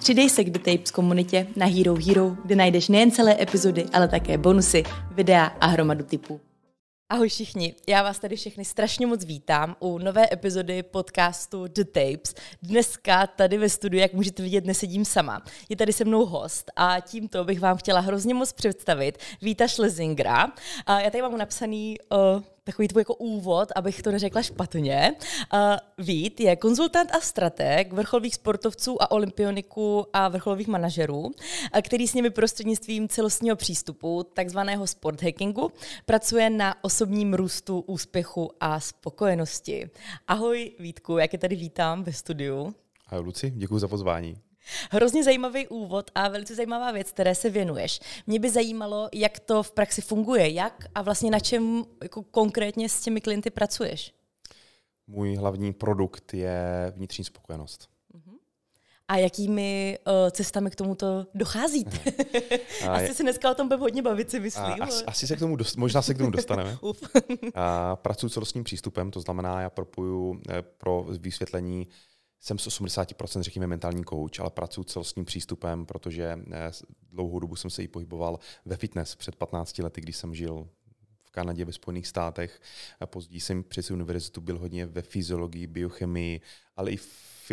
Přidej se k The Tapes komunitě na Hero Hero, kde najdeš nejen celé epizody, ale také bonusy, videa a hromadu tipů. Ahoj všichni, já vás tady všechny strašně moc vítám u nové epizody podcastu The Tapes. Dneska tady ve studiu, jak můžete vidět, nesedím sama. Je tady se mnou host a tímto bych vám chtěla hrozně moc představit Víta Schlesingera. Já tady mám napsaný takový tvůj jako úvod, abych to neřekla špatně. Vít je konzultant a strateg vrcholových sportovců a olympioniků a vrcholových manažerů, který s nimi prostřednictvím celostního přístupu, takzvaného sport hackingu, pracuje na osobním růstu, úspěchu a spokojenosti. Ahoj Vítku, jak je tady vítám ve studiu. Ahoj Luci, děkuji za pozvání. Hrozně zajímavý úvod a velice zajímavá věc, které se věnuješ. Mě by zajímalo, jak to v praxi funguje, jak a vlastně na čem jako konkrétně s těmi klienty pracuješ. Můj hlavní produkt je vnitřní spokojenost. A jakými cestami k tomuto docházíte? Asi se dneska o tom budeme hodně bavit, si myslím. Asi se k tomu možná se k tomu dostaneme. Pracuji celostním přístupem, to znamená, já propoju pro vysvětlení, jsem z 80% řekněme mentální coach, ale pracuji celostním přístupem, protože dlouhou dobu jsem se i pohyboval ve fitness před 15 lety, když jsem žil v Kanadě, ve Spojených státech. A později jsem přes univerzitu byl hodně ve fyziologii, biochemii, ale i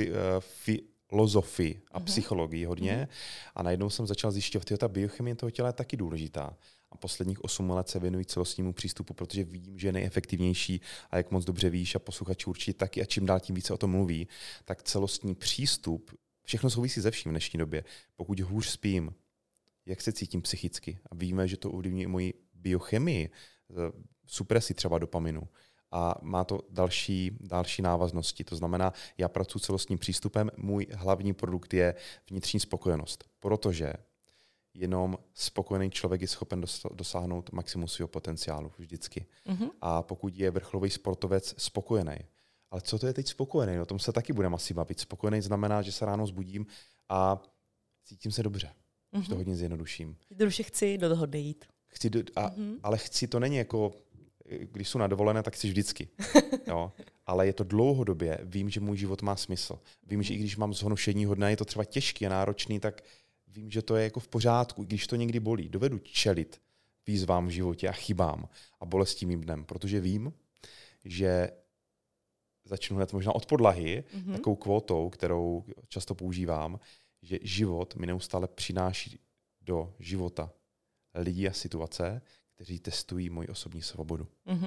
filozofii a psychologii hodně. A najednou jsem začal zjišťovat, že ta biochemie toho těla je taky důležitá. A posledních 8 let se věnuji celostnímu přístupu, protože vidím, že je nejefektivnější a jak moc dobře víš a posluchači určitě taky a čím dál tím více o tom mluví, tak celostní přístup, všechno souvisí se vším v dnešní době. Pokud hůř spím, jak se cítím psychicky a víme, že to ovlivní i moji biochemii, supresi třeba dopaminu, a má to další návaznosti. To znamená, já pracuji celostním přístupem, můj hlavní produkt je vnitřní spokojenost, protože jenom spokojený člověk je schopen dosáhnout maximum svého potenciálu vždycky. A pokud je vrcholový sportovec spokojený, ale co to je teď spokojený? O tom se taky budeme asi bavit. Spokojený znamená, že se ráno zbudím a cítím se dobře. Už to hodně zjednoduším. Jednoduše chci do toho jít. Ale chci to není jako, když jsou na dovolené, tak chci vždycky. Jo? Ale je to dlouhodobě. Vím, že můj život má smysl. Vím, že i když mám zhonušení dne, je to třeba těžký a náročný, tak vím, že to je jako v pořádku, i když to někdy bolí. Dovedu čelit výzvám v životě a chybám a bolestím mým dnem, protože vím, že začnu hned možná od podlahy, takovou kvótou, kterou často používám, že život mi neustále přináší do života lidi a situace, kteří testují moji osobní svobodu.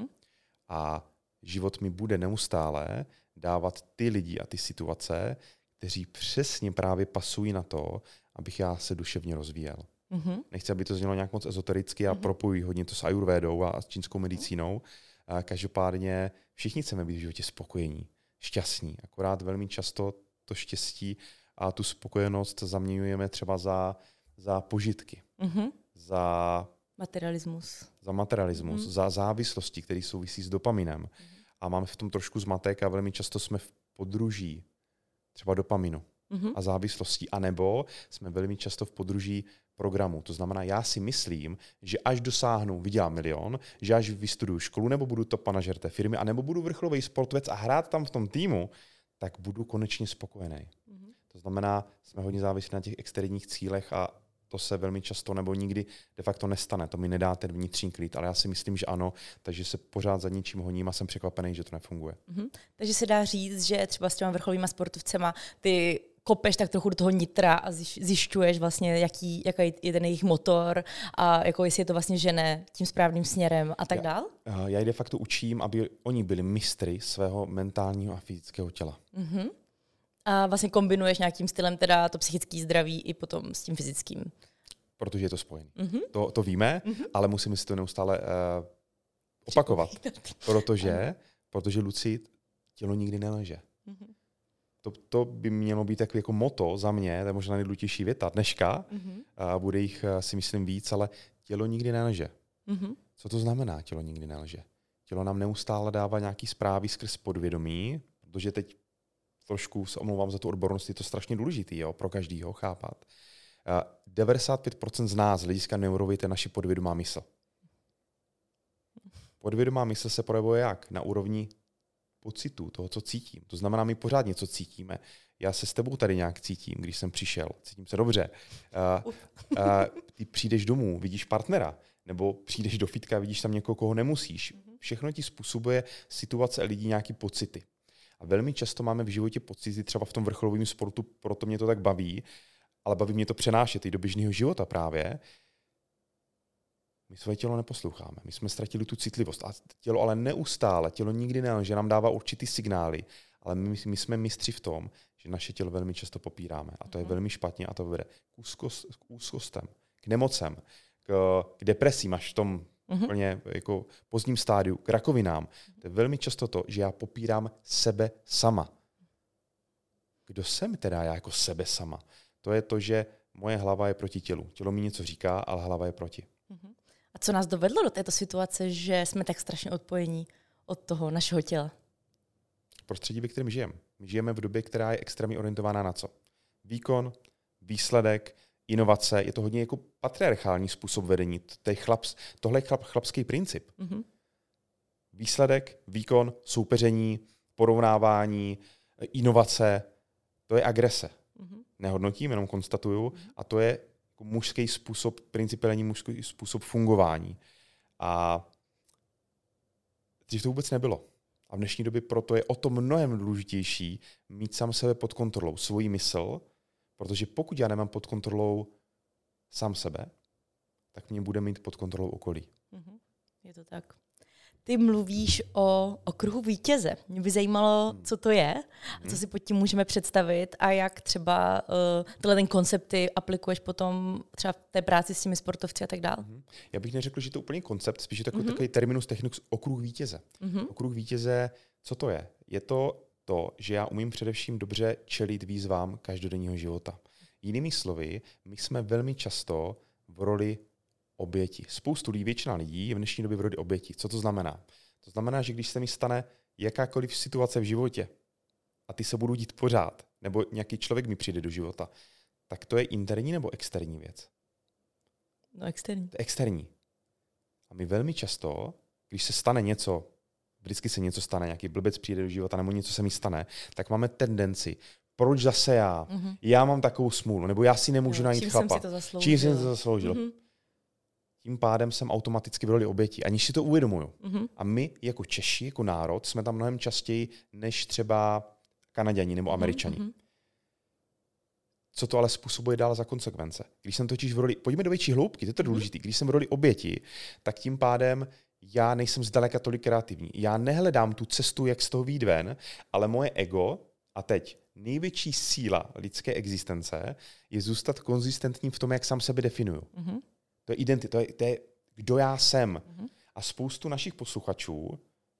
A život mi bude neustále dávat ty lidi a ty situace, kteří přesně právě pasují na to, abych já se duševně rozvíjel. Nechci, aby to znělo nějak moc ezotericky a propojuji hodně to s ajurvédou a s čínskou medicínou. Každopádně všichni chceme být v životě spokojení, šťastní. Akorát velmi často to štěstí a tu spokojenost zaměňujeme třeba za požitky, za materialismus, za závislosti, které souvisí s dopaminem. A máme v tom trošku zmatek a velmi často jsme v podruží třeba dopaminu a závislostí, anebo jsme velmi často v podruží programu. To znamená, já si myslím, že až dosáhnu, vydělám milion, že až vystuduju školu, nebo budu top manažer té firmy, anebo budu vrcholový sportovec a hrát tam v tom týmu, tak budu konečně spokojený. To znamená, jsme hodně závislí na těch externích cílech a to se velmi často nebo nikdy de facto nestane. To mi nedá ten vnitřní klid, ale já si myslím, že ano, takže se pořád za ničím honím a jsem překvapený, že to nefunguje. Takže se dá říct, že třeba s těma vrcholovými sportovcema ty kopeš tak trochu do toho nitra a zjišťuješ vlastně, jaký je ten jejich motor a jako jestli je to vlastně žene tím správným směrem a tak dál? Já je de facto učím, aby oni byli mistry svého mentálního a fyzického těla. A vlastně kombinuješ nějakým stylem teda to psychické zdraví i potom s tím fyzickým. Protože je to spojené. To víme, ale musíme si to neustále opakovat. Protože Luci, tělo nikdy nelže. To by mělo být takový jako motto za mě, to je možná nejdůležitější věta dneška, bude jich si myslím víc, ale tělo nikdy nelže. Co to znamená tělo nikdy nelže? Tělo nám neustále dává nějaký zprávy skrz podvědomí, protože teď trošku se omlouvám za tu odbornost, je to strašně důležitý, jo, pro každýho chápat. 95% z nás, z hlediska neurovity, je naše podvědomá mysl. Podvědomá mysl se projevuje jak? Na úrovni pocitů, toho, co cítím. To znamená, my pořád něco cítíme. Já se s tebou tady nějak cítím, když jsem přišel. Cítím se dobře. Ty přijdeš domů, vidíš partnera, nebo přijdeš do fitka, vidíš tam někoho, koho nemusíš. Všechno ti způsobuje situace a lidí nějaký pocity. A velmi často máme v životě pocity, třeba v tom vrcholovém sportu, proto mě to tak baví, ale baví mě to přenášet i do běžného života právě. My své tělo neposloucháme, my jsme ztratili tu citlivost. A tělo ale neustále, tělo nikdy nelže, nám dává určitý signály, ale my jsme mistři v tom, že naše tělo velmi často popíráme. A to je velmi špatně a to vede k úzkostem, k nemocem, k depresím až v tom úplně jako pozdním stádiu, k rakovinám. To je velmi často to, že já popírám sebe sama. Kdo jsem teda já jako sebe sama? To je to, že moje hlava je proti tělu. Tělo mi něco říká, ale hlava je proti. A co nás dovedlo do této situace, že jsme tak strašně odpojení od toho našeho těla? Prostředí, ve kterém žijeme. My žijeme v době, která je extrémně orientovaná na co? Výkon, výsledek, inovace. Je to hodně jako patriarchální způsob vedení. Tohle je chlapský princip. Výsledek, výkon, soupeření, porovnávání, inovace, to je agrese. Nehodnotím, jenom konstatuju. A to je mužský způsob, principiální mužský způsob fungování. A dřív to vůbec nebylo. A v dnešní době proto je o to mnohem důležitější mít sám sebe pod kontrolou, svoji mysl, protože pokud já nemám pod kontrolou sám sebe, tak mě bude mít pod kontrolou okolí. Je to tak. Ty mluvíš o kruhu vítěze. Mě by zajímalo, co to je, a co si pod tím můžeme představit a jak třeba tenhle ten koncept ty aplikuješ potom třeba v té práci s těmi sportovci a tak dále. Já bych neřekl, že to je úplně koncept, spíš je takový terminus technicus okruh vítěze. Okruh vítěze, co to je? Je to, že já umím především dobře čelit výzvám každodenního života. Jinými slovy, my jsme velmi často v roli oběti. Většina lidí je v dnešní době v roli oběti. Co to znamená? To znamená, že když se mi stane jakákoliv situace v životě a ty se budou dít pořád, nebo nějaký člověk mi přijde do života, tak to je interní nebo externí věc? No externí. To je externí. A my velmi často, když se stane něco, vždycky se něco stane, nějaký blbec přijde do života, nebo něco se mi stane, tak máme tendenci, proč zase já? Já mám takovou smůlu, nebo já si nemůžu najít chlapa. Čím jsem si to zasloužil? Tím pádem jsem automaticky v roli oběti, aniž si to uvědomuju. A my jako Češi, jako národ, jsme tam mnohem častěji než třeba Kanaďani nebo Američani. Co to ale způsobuje dál za konsekvence? Když jsem totiž v roli, pojďme do větší hloubky, to je to důležité, když jsem v roli oběti, tak tím pádem já nejsem zdaleka tolik kreativní. Já nehledám tu cestu, jak z toho vyjít ven, ale moje ego, a teď největší síla lidské existence, je zůstat konzistentní v tom, jak sám sebe definuju. To je identita, to je kdo já jsem. A spoustu našich posluchačů,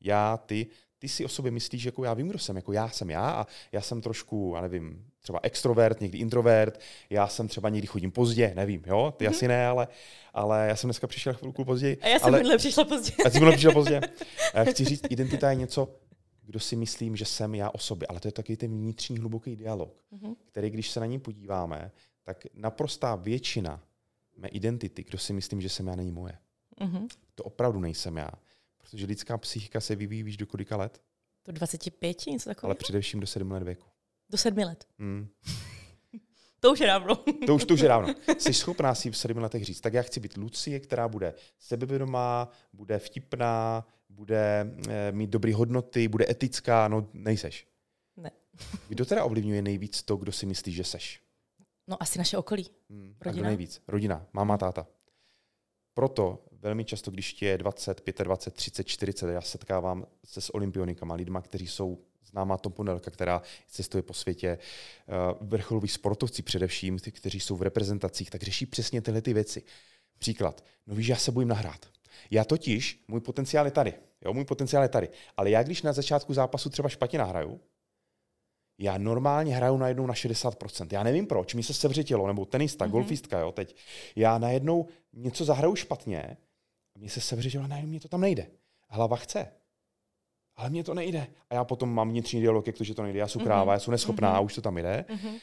ty si o sobě myslíš, jako já vím, kdo jsem, jako já jsem já a já jsem trošku, já nevím, třeba extrovert, někdy introvert, já jsem třeba někdy chodím pozdě, nevím, jo, ty asi ne, ale já jsem dneska přišel chvilku později. A já jsem minule přišla pozdě. A ty minule přišla pozdě. A já chci říct, identita je něco, kdo si myslím, že jsem já o sobě, ale to je takový ten vnitřní hluboký dialog, který, když se na něj podíváme, tak naprostá většina mé identity, kdo si myslím, že jsem já, není moje. To opravdu nejsem já. Protože lidská psychika se vyvíjí, víš, do kolika let? Do 25, něco takového? Ale především do 7 let věku. Do 7 let? To už je dávno. To už je dávno. Jsi schopná si v 7 letech říct, tak já chci být Lucie, která bude sebevědomá, bude vtipná, bude mít dobré hodnoty, bude etická, no nejseš. Ne. Kdo teda ovlivňuje nejvíc to, kdo si myslí, že seš? No asi naše okolí. Rodina. A kdo nejvíc? Rodina, máma, táta. Proto velmi často, když ti je 20, 25, 30, 40, já setkávám se s olympionikama, lidma, kteří jsou známá toponelka, která cestuje po světě, vrcholoví sportovci především, ty, kteří jsou v reprezentacích, tak řeší přesně tyhle ty věci. Příklad. No víš, já se bojím nahrát. Já totiž, můj potenciál je tady, ale já když na začátku zápasu třeba špatně nahraju, já normálně hraju najednou na 60%. Já nevím proč, mi se sevře tělo, nebo tenista, golfistka, jo, teď. Já najednou něco zahraju špatně, a mi se sevře tělo, najednou mě to tam nejde. Hlava chce, ale mně to nejde. A já potom mám vnitřní dialog, jak to, že to nejde. Já jsem kráva, já jsem neschopná, a už to tam jde.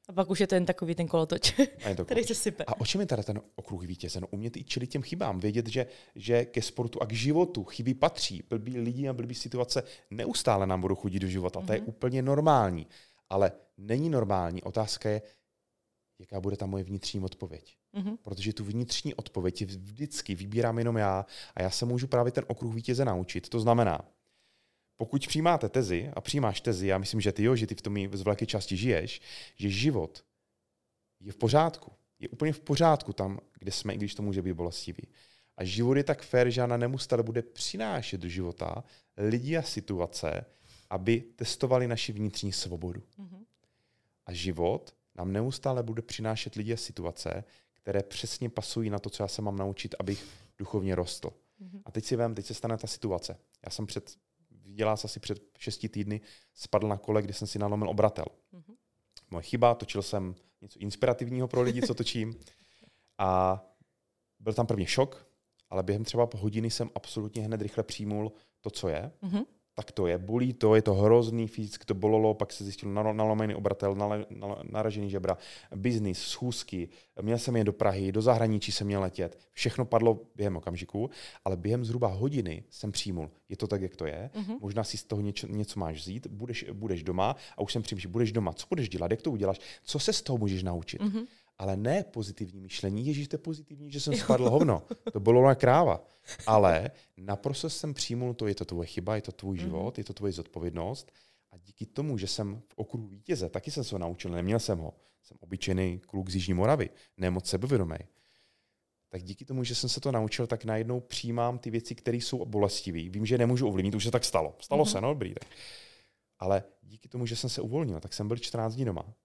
A pak už je to jen takový ten kolotoč, který se sype. A o čem je teda ten okruh vítěze? No, umět i čelit těm chybám. Vědět, že ke sportu a k životu chyby patří. Blbý lidi a blbý situace neustále nám budou chodit do života. To je úplně normální. Ale není normální. Otázka je, jaká bude ta moje vnitřní odpověď. Protože tu vnitřní odpověď vždycky vybírám jenom já a já se můžu právě ten okruh vítěze naučit. To znamená, pokud přijímáte tezi a přijímáš tezi, já myslím, že ty v tom z velké části žiješ, že život je v pořádku. Je úplně v pořádku tam, kde jsme, i když to může být bolestivý. A život je tak fér, že ona neustále bude přinášet do života lidi a situace, aby testovali naši vnitřní svobodu. A život nám neustále bude přinášet lidi a situace, které přesně pasují na to, co já se mám naučit, abych duchovně rostl. A teď se stane ta situace. Já jsem asi před 6 týdny spadl na kole, kde jsem si nalomil obratel. Moje chyba, točil jsem něco inspirativního pro lidi, co točím. A byl tam první šok, ale během třeba po hodiny jsem absolutně hned rychle přijmul to, co je. Tak to je, bolí to, je to hrozný, fyzicky to bolelo, pak se zjistil nalomený obratel, naražený žebra, biznis, schůzky, měl jsem je do Prahy, do zahraničí jsem měl letět, všechno padlo během okamžiku, ale během zhruba hodiny jsem přijmul, je to tak, jak to je, možná si z toho něco máš vzít, budeš doma a už jsem přemýšlel, budeš doma, co budeš dělat, jak to uděláš, co se z toho můžeš naučit. Ale ne pozitivní myšlení, ježíš, to je pozitivní, že jsem spadl hovno. To bylo na kráva. Ale naprosto jsem přijmul to, je to tvoje chyba, je to tvůj život, je to tvoje zodpovědnost. A díky tomu, že jsem v okruhu vítěze, taky jsem se ho naučil, neměl jsem ho. Jsem obyčejný kluk z Jižní Moravy, ne moc sebevědomý. Tak díky tomu, že jsem se to naučil, tak najednou přijímám ty věci, které jsou bolestivé. Vím, že nemůžu ovlivnit, už se tak stalo. Stalo se, no dobrý. Tak. Ale díky tomu, že jsem se uvolnil, tak jsem byl 14 dní doma.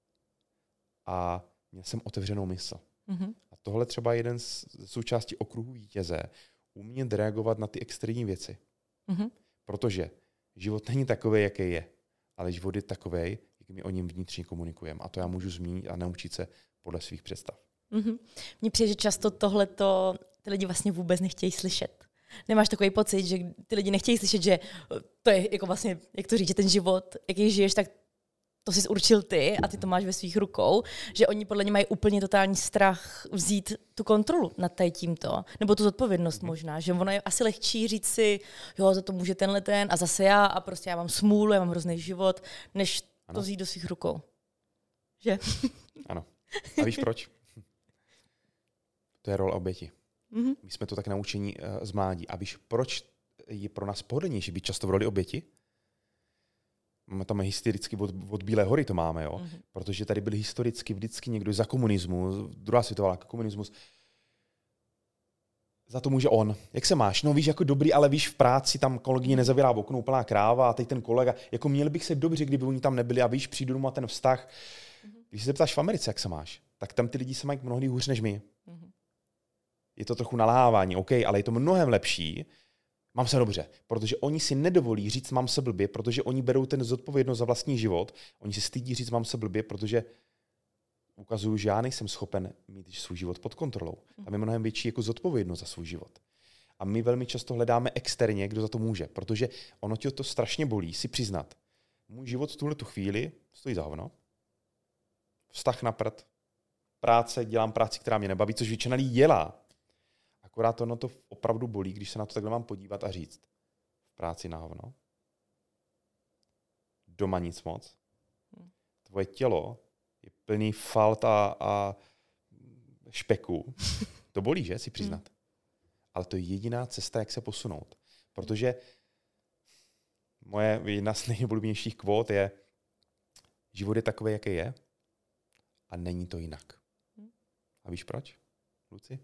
A měl jsem otevřenou mysl. A tohle třeba jeden z součástí okruhu vítěze, umět reagovat na ty extrémní věci. Protože život není takový, jaký je, ale život je takový, jak my o něm vnitřně komunikujeme. A to já můžu zmínit a naučit se podle svých představ. Mně přijde, že často tohleto ty lidi vlastně vůbec nechtějí slyšet. Nemáš takový pocit, že ty lidi nechtějí slyšet, že to je jako vlastně, jak to říct, že ten život, jaký žiješ, tak to jsi určil ty a ty to máš ve svých rukou, že oni podle mě mají úplně totální strach vzít tu kontrolu nad tímto, nebo tu zodpovědnost možná, že ono je asi lehčí říct si, jo, za to může tenhle ten a zase já a prostě já mám smůlu, já mám hrozný život, než to vzít do svých rukou. Že? Ano. A víš proč? To je role oběti. My jsme to tak naučení z mládí. A víš, proč je pro nás pohodlnější být často v roli oběti? Máme tam historicky od Bílé hory to máme, jo? Protože tady byl historicky vždycky někdo za komunismu, druhá světová válka, komunismus. Za to může on. Jak se máš? No víš, jako dobrý, ale víš, v práci tam kolegyně nezavírá okno, úplná kráva a teď ten kolega, jako měl bych se dobře, kdyby oni tam nebyli a víš, přijdu doma ten vztah. Když se zeptáš v Americe, jak se máš, tak tam ty lidi se mají mnohdy hůř než my. Je to trochu naláhávání, OK, ale je to mnohem lepší. Mám se dobře, protože oni si nedovolí říct mám se blbě, protože oni berou ten zodpovědnost za vlastní život. Oni si stydí říct mám se blbě, protože ukazuju, že já nejsem schopen mít svůj život pod kontrolou. Tam je mnohem větší jako zodpovědnost za svůj život. A my velmi často hledáme externě, kdo za to může, protože ono tě to strašně bolí si přiznat. Můj život v tuhletu chvíli stojí za hovno. Vztah na prd, práce, dělám práci, která mě nebaví, což většina lidí dělá. Akorát ono to opravdu bolí, když se na to takhle mám podívat a říct. V práci na hovno. Doma nic moc. Tvoje tělo je plný falt a špeku. To bolí, že? Si přiznat. Ale to je jediná cesta, jak se posunout. Protože moje jedna z nejoblíbenějších kvót je život je takový, jaký je a není to jinak. A víš proč, Luci?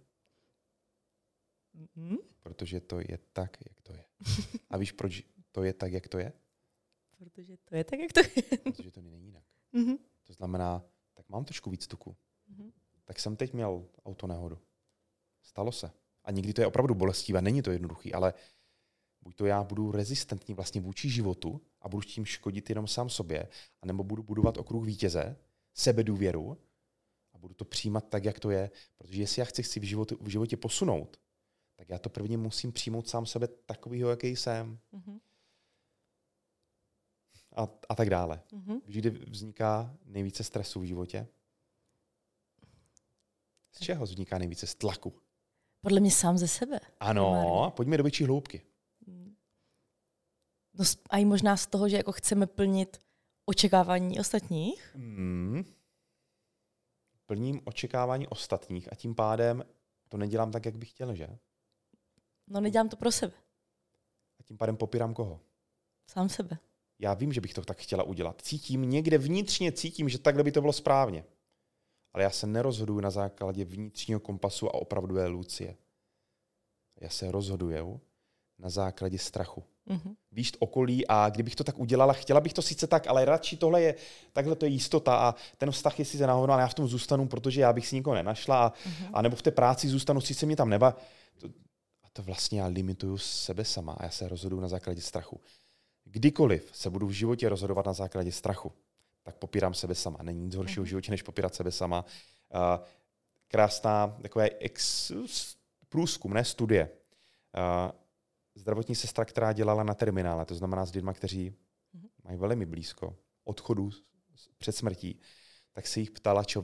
Protože to je tak, jak to je. A víš, proč to je tak, jak to je? Protože to je tak, jak to je. Protože to není jinak. To znamená, tak mám trošku víc tuku. Tak jsem teď měl autonehodu. Stalo se. A někdy to je opravdu bolestivé, není to jednoduchý, ale buď to já budu rezistentní vlastně vůči životu a budu tím škodit jenom sám sobě, anebo budu budovat okruh vítěze, sebedůvěru a budu to přijímat tak, jak to je. Protože jestli já chci v životě posunout, tak já to prvně musím přijmout sám sebe takovýho, jaký jsem. A tak dále. Víš, kde vzniká nejvíce stresu v životě? Z čeho vzniká nejvíce? Z tlaku. Podle mě sám ze sebe. Ano, pojďme do větší hloubky. No, a i možná z toho, že jako chceme plnit očekávání ostatních? Plním očekávání ostatních a tím pádem to nedělám tak, jak bych chtěl, že? No nedělám to pro sebe. A tím pádem popírám koho? Sám sebe. Já vím, že bych to tak chtěla udělat. Někde vnitřně cítím, že takhle by to bylo správně. Ale já se nerozhoduju na základě vnitřního kompasu a opravdové Lucie. Já se rozhoduju na základě strachu. Víš okolí a kdybych to tak udělala, chtěla bych to sice tak, ale radši takhle to je jistota a ten vztah je sice náhodou, ale já v tom zůstanu, protože já bych si nikoho nenašla a nebo v té práci zůstanu, sice mě tam neba. A to vlastně já limituju sebe sama a já se rozhoduju na základě strachu. Kdykoliv se budu v životě rozhodovat na základě strachu, tak popírám sebe sama. Není nic horšího v životě, než popírat sebe sama. Krásná takové průzkum, ne studie. Zdravotní sestra, která dělala na terminále, to znamená s lidmi, kteří mají velmi blízko odchodu před smrtí, tak se jich ptala, čo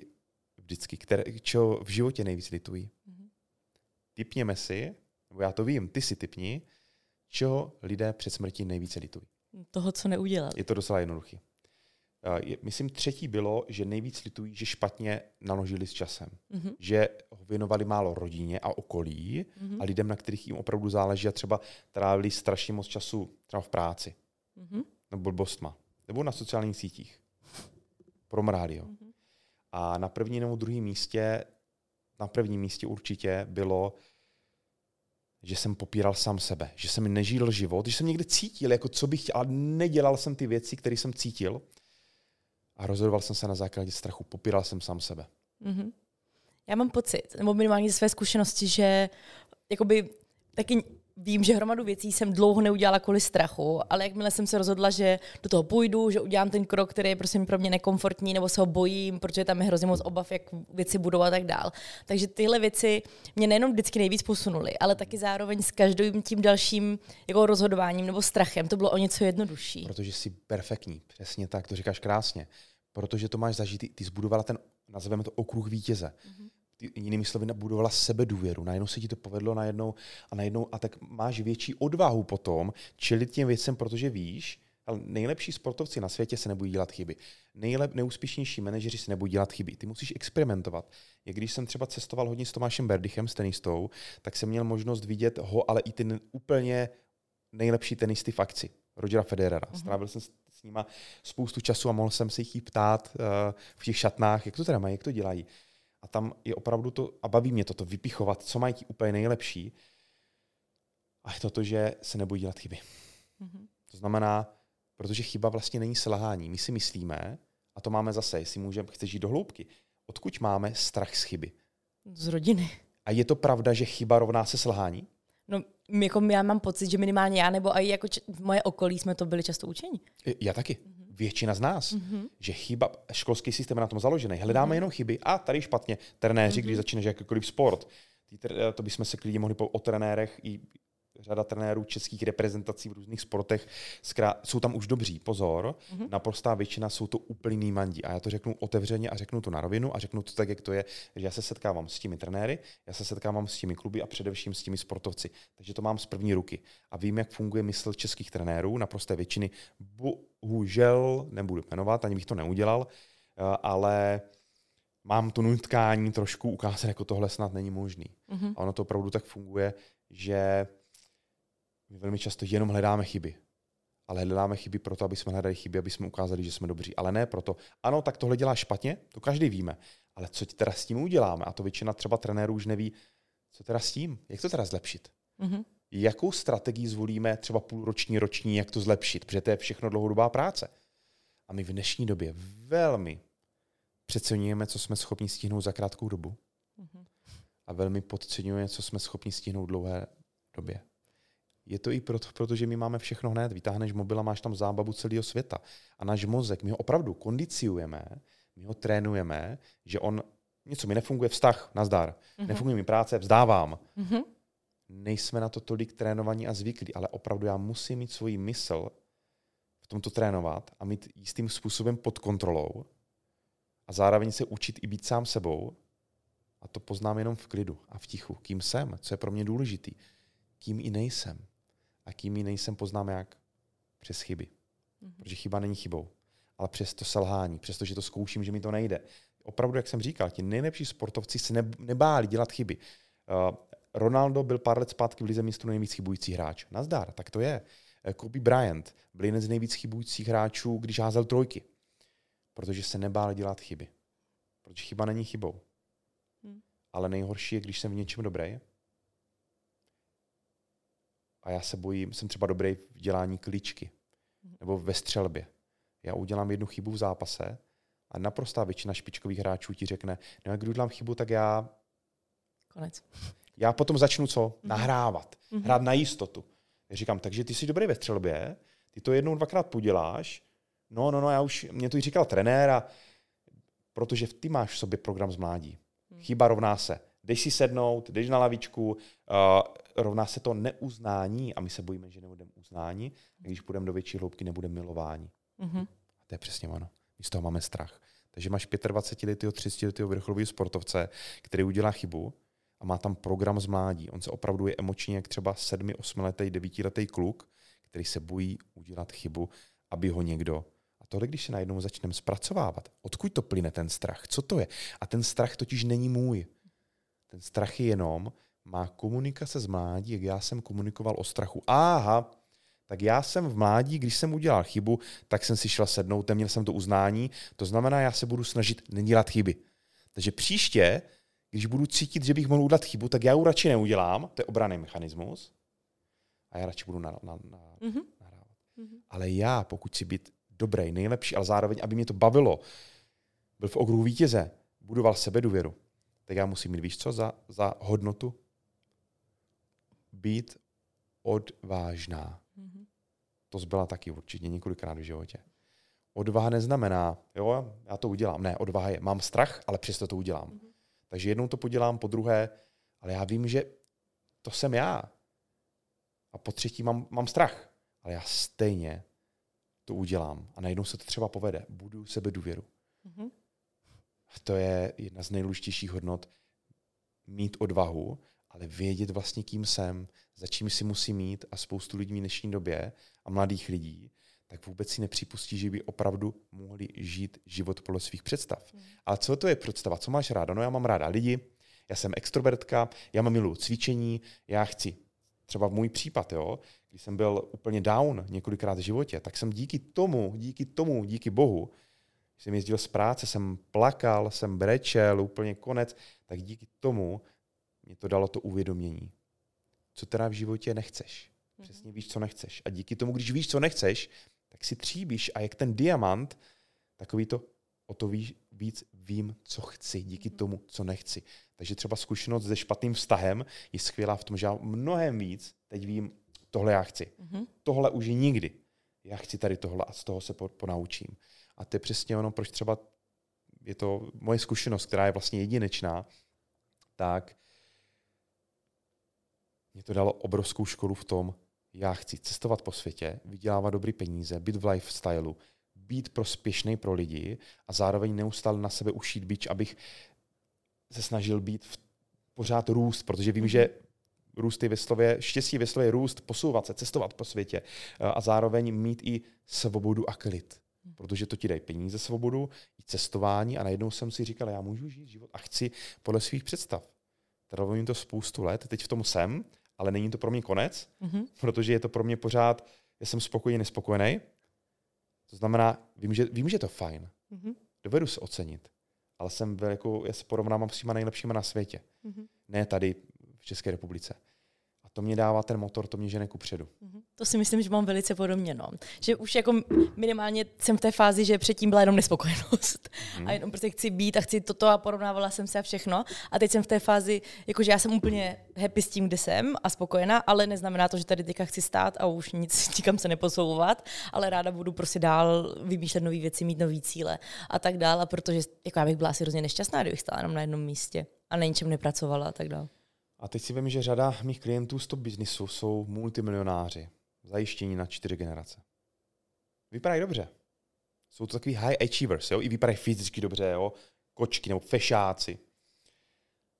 čo v životě nejvíc litují. Tipněme si, nebo já to vím, ty si tipni, čeho lidé před smrtí nejvíce litují. Toho, co neudělali. Je to docela jednoduchý. Myslím, třetí bylo, že nejvíc litují, že špatně naložili s časem. Že ho věnovali málo rodině a okolí a lidem, na kterých jim opravdu záleží a třeba trávili strašně moc času třeba v práci. Nebo blbostma. Nebo na sociálních sítích. Promrhali ho. A na prvním nebo druhém místě, určitě bylo, že jsem popíral sám sebe. Že jsem nežil život, že jsem někde cítil, jako co bych chtěl, ale nedělal jsem ty věci, které jsem cítil. A rozhodoval jsem se na základě strachu. Popíral jsem sám sebe. Já mám pocit, nebo minimálně ze své zkušenosti, že jakoby taky vím, že hromadu věcí jsem dlouho neudělala kvůli strachu, ale jakmile jsem se rozhodla, že do toho půjdu, že udělám ten krok, který je prostě pro mě nekomfortní, nebo se ho bojím, protože tam je hrozně moc obav, jak věci budou a tak dál. Takže tyhle věci mě nejenom vždycky nejvíc posunuly, ale taky zároveň s každým tím dalším jako rozhodováním nebo strachem to bylo o něco jednodušší. Protože jsi perfektní, přesně tak, to říkáš krásně. Protože to máš zažít, ty zbudovala ten, nazveme to okruh vítěze. Ty jinými slovy budovala sebedůvěru. Najednou se ti to povedlo a tak máš větší odvahu potom čelit těm věcem, protože víš, ale nejlepší sportovci na světě se nebojí dělat chyby. Neúspěšnější manažeři se nebojí dělat chyby. Ty musíš experimentovat. Jak když jsem třeba cestoval hodně s Tomášem Berdychem, s tenistou, tak jsem měl možnost vidět ho, ale i ty úplně nejlepší tenisty v akci. Rogera Federera. Strávil jsem s nima spoustu času a mohl jsem se jich ptát v těch šatnách, jak to teda mají, jak to dělají. A tam je opravdu to, a baví mě to vypichovat, co mají ti úplně nejlepší. A je to, že se nebojí dělat chyby. To znamená, protože chyba vlastně není selhání. My si myslíme, a to máme zase, jestli chceš jít do hloubky, odkud máme strach z chyby? Z rodiny. A je to pravda, že chyba rovná se selhání? No, jako já mám pocit, že minimálně já nebo i jako moje okolí jsme to byli často učeni. Já taky. Většina z nás. Že chyba, školský systém je na tom založený. Hledáme jenom chyby a tady špatně. Trenéři, když začínáš jakýkoliv sport. To bychom se klidně mohli o trenérech i řada trenérů českých reprezentací v různých sportech. Jsou tam už dobří, pozor. Naprostá většina jsou to úplný mandi. A já to řeknu otevřeně a řeknu to na rovinu a řeknu to tak, jak to je, že já se setkávám s těmi trenéry, já se setkávám s těmi kluby a především s těmi sportovci. Takže to mám z první ruky. A vím, jak funguje mysl českých trenérů, naprosté většiny. Bohužel, nebudu jmenovat, ani bych to neudělal, ale mám to nutkání trošku ukázat, jako tohle snad není možný. A ono to opravdu tak funguje, že my velmi často jenom hledáme chyby. Ale hledáme chyby proto, aby jsme hledali chyby, aby jsme ukázali, že jsme dobří. Ale ne proto. Ano, tak tohle dělá špatně, to každý víme. Ale co teda s tím uděláme? A to většina třeba trenérů už neví, co teda s tím? Jak to teda zlepšit? Jakou strategii zvolíme třeba půlroční, roční, jak to zlepšit? Protože to je všechno dlouhodobá práce. A my v dnešní době velmi přeceňujeme, co jsme schopni stihnout za krátkou dobu. A velmi podceňujeme, co jsme schopni stihnout dlouhé době. Je to i protože my máme všechno hned. Vytáhneš mobil a máš tam zábavu celého světa. A náš mozek, my ho opravdu kondiciujeme, my ho trénujeme, že něco mi nefunguje, vztah, nazdar. Nefunguje mi práce, vzdávám. Nejsme na to tolik trénovaní a zvyklí, ale opravdu já musím mít svoji mysl v tomto trénovat a mít jistým způsobem pod kontrolou a zároveň se učit i být sám sebou A to poznám jenom v klidu a v tichu. Kým jsem, co je pro mě důležitý. Kým i nejsem. A kým i nejsem poznám jak? Přes chyby. Protože chyba není chybou. Ale přes to selhání, přestože to zkouším, že mi to nejde. Opravdu, jak jsem říkal, ti nejlepší sportovci se nebáli dělat chyby. Ronaldo byl pár let zpátky v lize mistrů nejvíc chybující hráč. Nazdar, tak to je. Kobe Bryant byl jeden z nejvíc chybujících hráčů, když házel trojky. Protože se nebál dělat chyby. Protože chyba není chybou. Ale nejhorší je, když jsem v něčem dobrý. A já se bojím, jsem třeba dobrý v dělání kličky. Nebo ve střelbě. Já udělám jednu chybu v zápase a naprostá většina špičkových hráčů ti řekne, no a když udělám chybu, tak já... Konec. Já potom začnu co? Nahrávat. Hrát na jistotu. Já říkám, takže ty jsi dobrý ve střelbě, ty to jednou, dvakrát poděláš, no, já už, mě to i říkal trenér, a protože ty máš v sobě program z mládí. Chyba rovná se. Jdeš si sednout, jdeš na lavičku, rovná se to neuznání a my se bojíme, že nebudeme uznání, a když půjdeme do větší hloubky, nebudeme milování. A to je přesně ono. My z toho máme strach. Takže máš 25letého, 30letého vrcholového sportovce, který udělá chybu a má tam program z mládí. On se opravdu je emočně jak třeba 7, 8letý, 9letý kluk, který se bojí udělat chybu, aby ho někdo... A tohle, když se najednou začneme zpracovávat, odkud to plyne ten strach? Co to je? A ten strach totiž není můj. Ten strach je jenom má komunikace z mládí, jak já jsem komunikoval o strachu. Aha, tak já jsem v mládí, když jsem udělal chybu, tak jsem si šel sednout, neměl jsem to uznání, to znamená, já se budu snažit nedělat chyby. Takže příště, když budu cítit, že bych mohl udělat chybu, tak já ji radši neudělám, to je obranný mechanismus, a já radši budu nahrávat. Ale já, pokud chci být dobrý, nejlepší, ale zároveň, aby mě to bavilo, byl v okruhu vítěze, budoval sebedůvěru, tak já musím mít, víš co, za hodnotu? Být odvážná. To zbyla taky určitě několikrát v životě. Odvaha neznamená, jo, já to udělám. Ne, odvaha je, mám strach, ale přesto to udělám. Takže jednou to podělám, po druhé, ale já vím, že to jsem já. A po třetí mám strach, ale já stejně to udělám. A najednou se to třeba povede. Budu sebedůvěru. A to je jedna z nejdůležitějších hodnot. Mít odvahu, ale vědět vlastně, kým jsem, za čím si musím mít, a spoustu lidí v dnešní době a mladých lidí, tak vůbec si nepřipustí, že by opravdu mohli žít život podle svých představ. Ale co to je představa? Co máš ráda? No, já mám ráda lidi, já jsem extrovertka, já mám miluji cvičení, já chci. Třeba v můj případ, jo, když jsem byl úplně down několikrát v životě, tak jsem díky Bohu, když jsem jezdil z práce, jsem plakal, jsem brečel, úplně konec, tak díky tomu mě to dalo to uvědomění. Co teda v životě nechceš? Přesně víš, co nechceš. A díky tomu, když víš, co nechceš, tak si tříbíš a jak ten diamant, takový to, o to víc vím, co chci, díky tomu, co nechci. Takže třeba zkušenost se špatným vztahem je skvělá v tom, že já mnohem víc teď vím, tohle já chci. Tohle už nikdy. Já chci tady tohle a z toho se ponaučím. A to je přesně ono, proč třeba je to moje zkušenost, která je vlastně jedinečná, tak mě to dalo obrovskou školu v tom, já chci cestovat po světě, vydělávat dobrý peníze, být v lifestylu, být prospěšný pro lidi a zároveň neustále na sebe ušít bič, abych se snažil být pořád růst, protože vím, že růst je ve slově, štěstí ve slově růst, posouvat se, cestovat po světě a zároveň mít i svobodu a klid. Protože to ti dají peníze, svobodu, i cestování a najednou jsem si říkal, já můžu žít život a chci podle svých představ. Trvalo mi to spoustu let, teď v tom jsem, ale není to pro mě konec, protože je to pro mě pořád, já jsem spokojený, nespokojený. To znamená, vím, že je to fajn. Dovedu se ocenit, ale já se porovnávám s těma nejlepšíma na světě. Ne tady v České republice. A to mě dává ten motor, to mě žene kupředu. To si myslím, že mám velice podobně. No. Že už jako minimálně jsem v té fázi, že předtím byla jenom nespokojenost. A jenom prostě chci být a chci toto a porovnávala jsem se a všechno. A teď jsem v té fázi, jakože já jsem úplně happy s tím, kde jsem a spokojená, ale neznamená to, že tady teďka chci stát a už nic nikam se neposouvat, ale ráda budu prostě dál vymýšlet nové věci, mít nové cíle a tak dál. A protože jako já bych byla asi hrozně nešťastná, kdybych stála jenom na jednom místě a na ničem nepracovala a tak dál. A teď si vím, že řada mých klientů z top biznisu jsou multimilionáři. Zajištění na 4 generace. Vypadají dobře. Jsou to takový high achievers, jo? I vypadají fyzicky dobře, jo? Kočky nebo fešáci.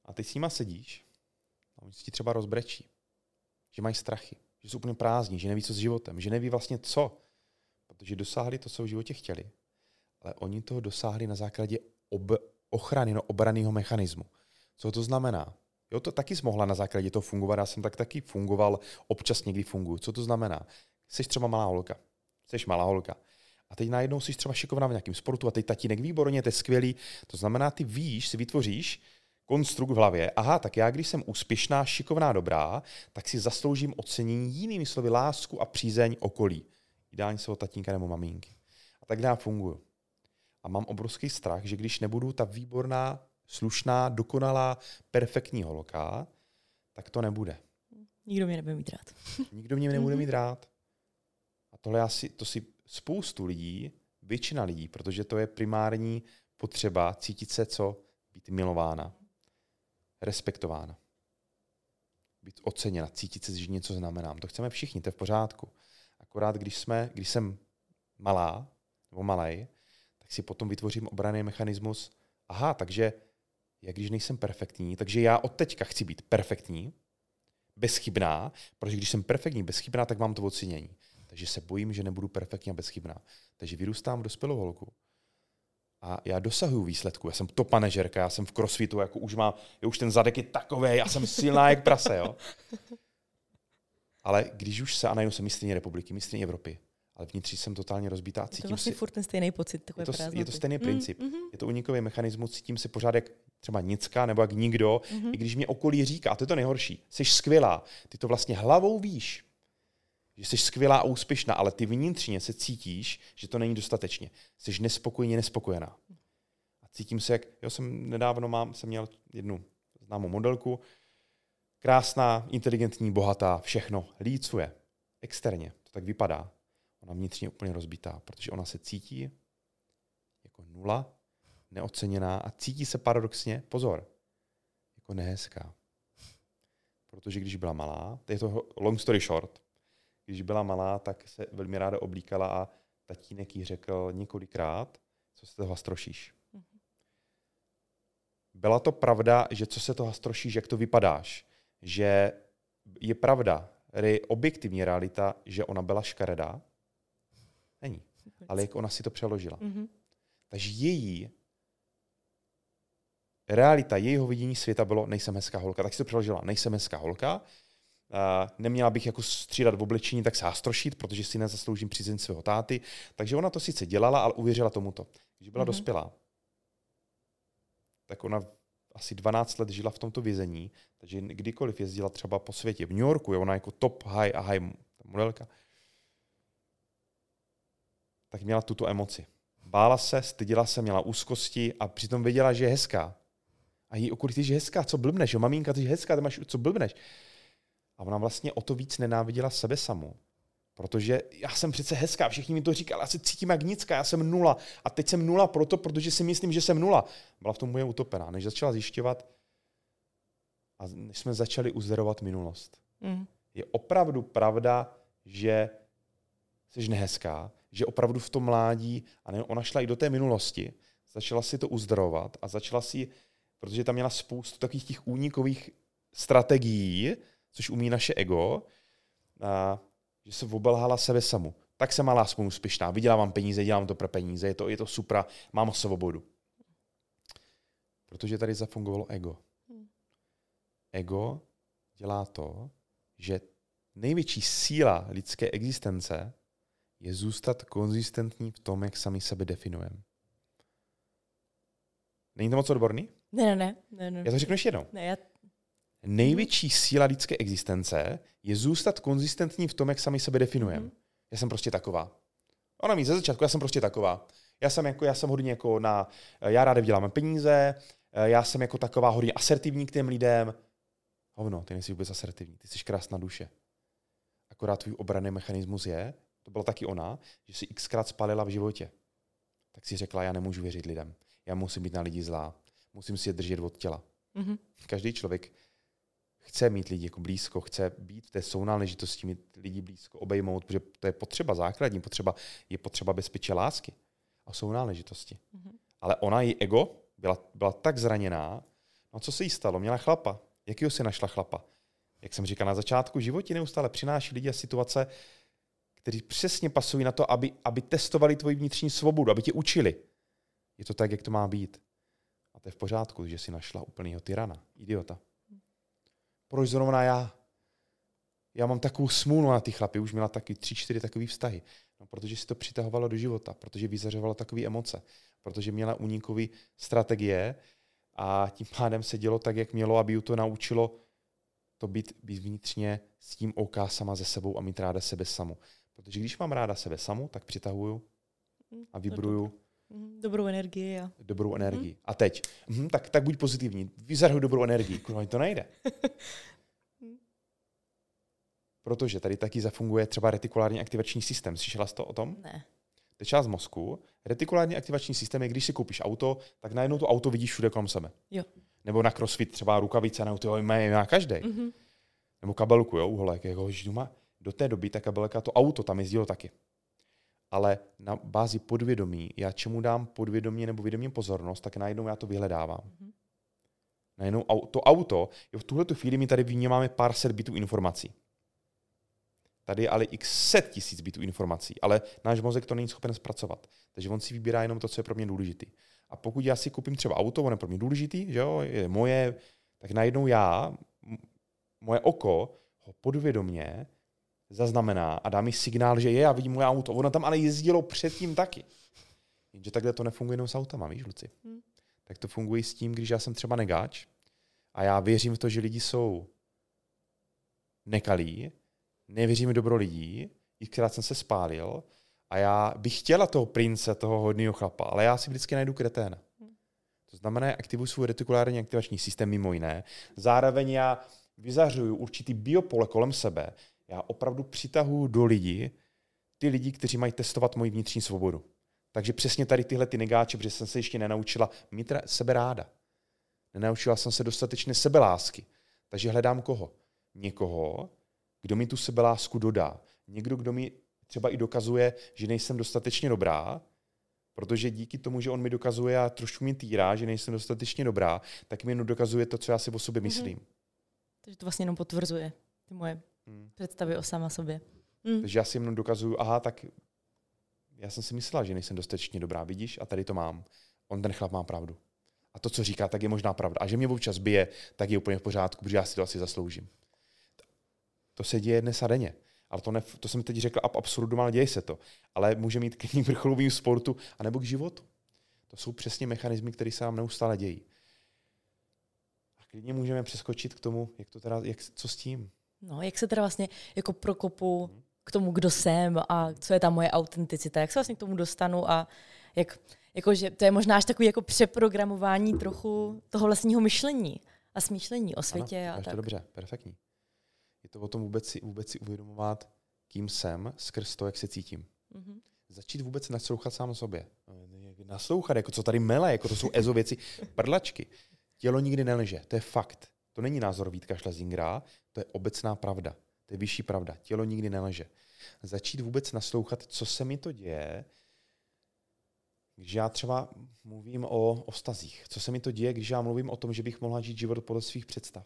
A ty s nima sedíš a oni se ti třeba rozbrečí, že mají strachy, že jsou úplně prázdní, že neví, co s životem, že neví vlastně co, protože dosáhli to, co v životě chtěli. Ale oni toho dosáhli na základě ochrany, obranného mechanismu. Co to znamená? Jo, to taky jsi mohla na základě toho fungovat, já jsem taky fungoval, občas někdy funguji. Co to znamená? Jsi třeba malá holka. A teď najednou jsi třeba šikovná v nějakém sportu a teď tatínek výborně, to je skvělý. To znamená, ty víš, si vytvoříš konstrukt v hlavě. Aha, tak já, když jsem úspěšná, šikovná, dobrá, tak si zasloužím ocenění, jinými slovy lásku a přízeň okolí. Ideálně svého tatínka nebo maminky. A tak já funguju. A mám obrovský strach, že když nebudu ta výborná, slušná, dokonalá, perfektní holka, tak to nebude. Nikdo mě nebude mít rád. Nikdo mě nebude mít rád. A to si spoustu lidí, většina lidí, protože to je primární potřeba cítit se být milována, respektována, být oceněna, cítit se, že něco znamenám. To chceme všichni, to je v pořádku. Akorát, když jsem malá nebo malej, tak si potom vytvořím obranný mechanismus. Aha, takže já když nejsem perfektní, takže já od teďka chci být perfektní, bezchybná, protože když jsem perfektní, bezchybná, tak mám to ocenění. Takže se bojím, že nebudu perfektní a bezchybná. Takže vyrůstám v dospělou holku. A já dosahuju výsledku. Já jsem top manažerka, já jsem v crossfitu, jako už ten zadek je takovej, já jsem silná jak prase, jo. Ale když už a najednou jsem mistryně republiky, mistryně Evropy, ale vnitř jsem totálně rozbitá. Je to vlastně furt ten stejný pocit. Je to stejný princip. Je to unikový mechanismus, cítím se pořád jak třeba nicka nebo jak nikdo, i když mě okolí říká, a to je to nejhorší, jsi skvělá, ty to vlastně hlavou víš, že jsi skvělá a úspěšná, ale ty vnitřně se cítíš, že to není dostatečně. Jsi nespokojená. A cítím se, jsem měl jednu známou modelku, krásná, inteligentní, bohatá, všechno, lícuje. Externě to tak vypadá. Ona vnitřně úplně rozbitá, protože ona se cítí jako nula, neoceněná a cítí se paradoxně, pozor, jako nehezká. Protože když byla malá, to je to long story short, když byla malá, tak se velmi ráda oblíkala a tatínek jí řekl několikrát, co se toho hastrošíš. Byla to pravda, že co se toho hastrošíš, jak to vypadáš, že je pravda, objektivní realita, že ona byla škaredá? Není. Ale jak ona si to přeložila. Takže její realita, jejího vidění světa bylo nejsem hezká holka. Tak si to přeložila, nejsem hezká holka. Neměla bych jako střídat v oblečení, tak se hastrošit, protože si nezasloužím přízeň svého táty. Takže ona to sice dělala, ale uvěřila tomuto. Když byla dospělá, tak ona asi 12 let žila v tomto vězení, takže kdykoliv jezdila třeba po světě, v New Yorku, je ona jako top high modelka, tak měla tuto emoci. Bála se, stydila se, měla úzkosti a přitom věděla, že je hezká. A její okolí, ty jsi hezká, co blbneš, jo, maminka, ty jsi hezká, ty máš, co blbneš. A ona vlastně o to víc nenáviděla sebe samu. Protože já jsem přece hezká, všichni mi to říkali, já se cítím jak nicka, já jsem nula. A teď jsem nula protože si myslím, že jsem nula. Byla v tom moje utopená, než začala zjišťovat a než jsme začali uzdravovat minulost. Je opravdu pravda, že jsi nehezká, že opravdu v tom mládí, a ona šla i do té minulosti, začala si to uzdravovat a začala si, protože tam měla spoustu takových těch únikových strategií, což umí naše ego, že se obelhala sebe samu. Tak jsem malá, aspoň úspěšná, vydělávám peníze, dělám to pro peníze, je to super, mám svobodu. Protože tady zafungovalo ego. Ego dělá to, že největší síla lidské existence je zůstat konzistentní v tom, jak sami sebe definujeme. Není to moc odborný? Ne. Já to řeknu ještě jednou. Ne, Největší síla lidské existence je zůstat konzistentní v tom, jak sami sebe definujeme. Já jsem prostě taková. Ona mi ze začátku, já jsem prostě taková. Já jsem hodně jako já ráda vydělám peníze, já jsem jako taková hodně asertivní k těm lidem. Hovno, ty nejsi vůbec asertivní, ty jsi krásná duše. Akorát tvůj obranný mechanismus to byla taky ona, že si xkrát spálila v životě. Tak si řekla, já nemůžu věřit lidem. Já musím být na lidi zlá. Musím si je držet od těla. Každý člověk chce mít lidi jako blízko, chce být v té sounáležitosti, mít lidi blízko, obejmout, protože to je potřeba základní, je potřeba bezpečí lásky a sounáležitosti. Ale ona, její ego, byla tak zraněná, No co se jí stalo? Měla chlapa. Jakýho si našla chlapa? Jak jsem říkal na začátku, život ti neustále přináší lidi a situace, kteří přesně pasují na to, aby testovali tvoji vnitřní svobodu, aby tě učili. Je to tak, jak to má být. A to je v pořádku, že si našla úplnýho tyrana, idiota. Proč zrovna já? Já mám takovou smůlu na ty chlapy, už měla taky 3-4 takový vztahy. No, protože si to přitahovalo do života, protože vyzařovala takové emoce, protože měla únikové strategie a tím pádem se dělo tak, jak mělo, aby ju to naučilo to být vnitřně s tím OK sama ze sebou a mít ráda sebe samu. Protože když mám ráda sebe samu, tak přitahuju a vibruju dobrou energii. Dobrou energii. A teď, tak buď pozitivní, vyzarhuj dobrou energii. Kurva, to nejde. Protože tady taky zafunguje třeba retikulární aktivační systém. Slyšela jsi to o tom? Ne. To je část mozku. Retikulární aktivační systém je, když si koupíš auto, tak najednou to auto vidíš všude kolem sebe. Jo. Nebo na crossfit třeba rukavice na auto, má každý. Nebo kabelku, jo, uholek. Jako, do té doby ta kabelka, to auto tam jezdilo taky. Ale na bázi podvědomí, já čemu dám podvědomě nebo vědomě pozornost, tak najednou já to vyhledávám. Najednou to auto, v tuhletu chvíli my tady vnímáme pár set bitů informací. Tady je ale x set tisíc bitů informací, ale náš mozek to není schopen zpracovat. Takže on si vybírá jenom to, co je pro mě důležitý. A pokud já si koupím třeba auto, ono je pro mě důležitý, že jo, je moje, tak najednou moje oko ho podvědomě zaznamená a dá mi signál, že já vidím moje auto. Ono tam ale jezdilo předtím taky. Jenže takhle to nefunguje jenom s autama, víš, Luci? Tak to funguje s tím, když já jsem třeba negáč a já věřím v to, že lidi jsou nekalí, nevěřím v dobro lidí, xkrát jsem se spálil a já bych chtěla toho prince, toho hodného chlapa, ale já si vždycky najdu kreténa. To znamená, aktivuji svůj retikulární aktivační systém mimo jiné. Zároveň já vyzařuju určitý biopole kolem sebe. Já opravdu přitahuju do lidí ty lidi, kteří mají testovat moji vnitřní svobodu. Takže přesně tady tyhle ty negáče, protože jsem se ještě nenaučila mít sebe ráda. Nenaučila jsem se dostatečně sebelásky. Takže hledám koho? Někoho, kdo mi tu sebelásku dodá. Někdo, kdo mi třeba i dokazuje, že nejsem dostatečně dobrá, protože díky tomu, že on mi dokazuje a trošku mi týrá, že nejsem dostatečně dobrá, tak mi dokazuje to, co já si o sobě myslím. Takže to vlastně jenom potvrzuje ty moje představy o sama sobě. Takže já si jenom dokazuju, tak já jsem si myslela, že nejsem dostatečně dobrá, vidíš, a tady to mám. On, ten chlap, má pravdu. A to, co říká, tak je možná pravda. A že mě občas bije, tak je úplně v pořádku, protože já si to asi zasloužím. To se děje dnes a denně. Ale to jsem teď řekl ab absurdum, ale děje se to. Ale může mít k vrcholovým sportu anebo k životu. To jsou přesně mechanismy, které se nám neustále dějí. A klidně můžeme přeskočit k tomu, co s tím. No, jak se teda vlastně jako prokopu k tomu, kdo jsem a co je ta moje autenticita, jak se vlastně k tomu dostanu a jakože to je možná až takový jako přeprogramování trochu toho vlastního myšlení a smýšlení o světě. Ano, a tak. To dobře, perfektní. Je to o tom vůbec si uvědomovat, kým jsem, skrz to, jak se cítím. Začít vůbec naslouchat sám sobě. Naslouchat, jako co tady mele, jako to jsou ezo věci, prdlačky. Tělo nikdy nelže, to je fakt. To není názor Vítka Šlesingra, to je obecná pravda. To je vyšší pravda. Tělo nikdy nelže. Začít vůbec naslouchat, co se mi to děje, když já třeba mluvím o vztazích. Co se mi to děje, když já mluvím o tom, že bych mohla žít život podle svých představ.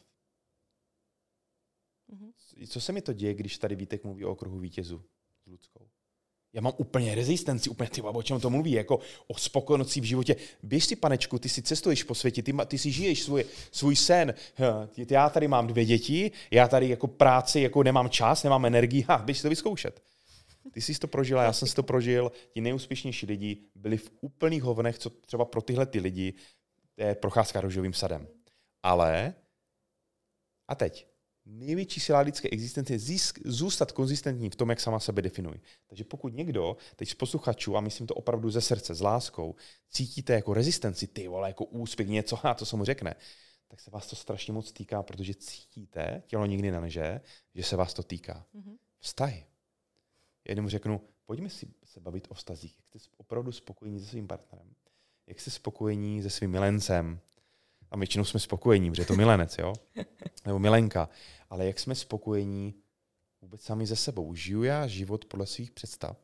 Co se mi to děje, když tady Vítek mluví o okruhu vítězů s Luckou? Já mám úplně rezistenci, úplně o čem to mluví, jako o spokojenosti v životě. Běž si, panečku, ty si cestuješ po světě, ty si žiješ svůj sen. Já tady mám 2 děti, já tady jako práci, jako nemám čas, nemám energii, běž si to vyzkoušet. Ty jsi to prožila, já jsem si to prožil, ti nejúspěšnější lidi byli v úplných hovnech, co třeba pro tyhle ty lidi je procházka růžovým sadem. Ale, a teď, největší síla lidské existence je zůstat konzistentní v tom, jak sama sebe definuji. Takže pokud někdo, teď z posluchačů, a myslím to opravdu ze srdce, s láskou, cítíte jako rezistenci, ty vole, jako úspěch, něco, a to se mu řekne, tak se vás to strašně moc týká, protože cítíte, tělo nikdy nelže, že se vás to týká. Vztahy. Já mu řeknu, pojďme si se bavit o vztazích. Jak jste opravdu spokojení se svým partnerem? Jak jste spokojení se svým milencem? A většinou jsme spokojení, protože je to milenec, jo? Nebo milenka. Ale jak jsme spokojení vůbec sami ze sebou? Žiju já život podle svých představ?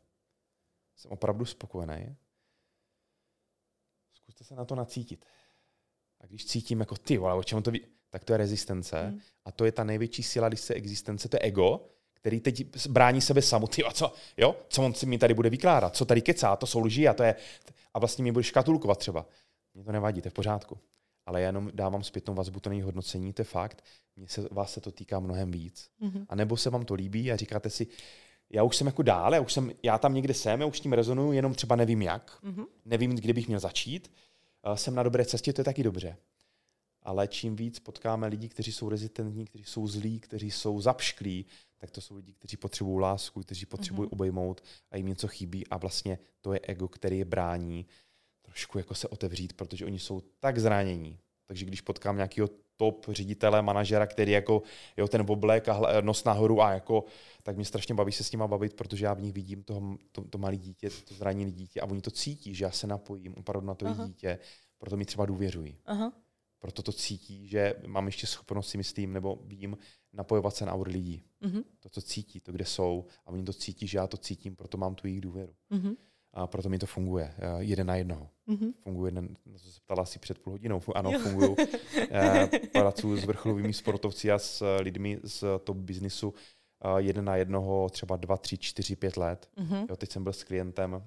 Jsem opravdu spokojený? Zkuste se na to nacítit. A když cítím jako ty, ale o čem to ví, tak to je rezistence. A to je ta největší síla, když se existence, to je ego, který teď brání sebe samotný. A co? Jo? Co on si mi tady bude vykládat? Co tady kecá? To jsou lži a to je... A vlastně mě bude škatulkovat třeba. Mně to nevadí, to je v pořádku. Ale já jenom dávám zpětnou vazbu, to není hodnocení, to je fakt. Vás se to týká mnohem víc. A nebo se vám to líbí a říkáte si, já už jsem jako dál, já tam někde jsem, já už s tím rezonuju, jenom třeba nevím jak. Nevím, kde bych měl začít. Jsem na dobré cestě, to je taky dobře. Ale čím víc potkáme lidi, kteří jsou rezistentní, kteří jsou zlí, kteří jsou zapšklí, tak to jsou lidi, kteří potřebují lásku, kteří potřebují obejmout a jim něco chybí a vlastně to je ego, který je brání trošku jako se otevřít, protože oni jsou tak zranění. Takže když potkám nějakého top ředitele, manažera, který jako ten oblek a nos nahoru a jako, tak mě strašně baví se s nima bavit, protože já v nich vidím to malé dítě, to zraněné dítě a oni to cítí, že já se napojím opravdu na to dítě, proto mi třeba důvěřují. Proto to cítí, že mám ještě schopnost, si myslím, nebo vím, napojovat se na aur lidí. To, co cítí, to, kde jsou. A oni to cítí, že já to cítím, proto mám tu jejich důvěru. A proto mi to funguje. 1 na 1. Funguje, na to se ptala asi před půl hodinou. Ano, funguju. Pracuji s vrcholovými sportovci a s lidmi z top biznisu 1 na 1, třeba 2, 3, 4, 5 let. Jo, teď jsem byl s klientem,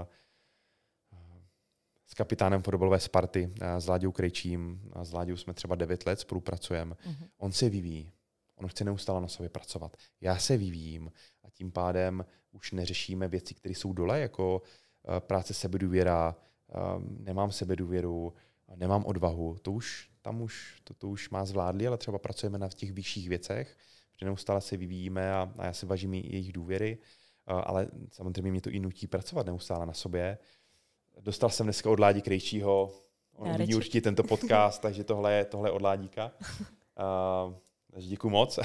s kapitánem fotbalové Sparty, s Láďou Krejčím. S Láďou jsme třeba 9 let spolupracujeme. On se vyvíjí. On chce neustále na sobě pracovat. Já se vyvíjím a tím pádem už neřešíme věci, které jsou dole, jako práce sebedůvěra, nemám sebedůvěru, nemám odvahu. To už má zvládli, ale třeba pracujeme na těch vyšších věcech, protože neustále se vyvíjíme a já si vážím jejich důvěry, ale samozřejmě mě to i nutí pracovat neustále na sobě. Dostal jsem dneska od Ládi Krejčího, on vidí určitě tento podcast, takže tohle je od Ládíka. Takže děkuju moc.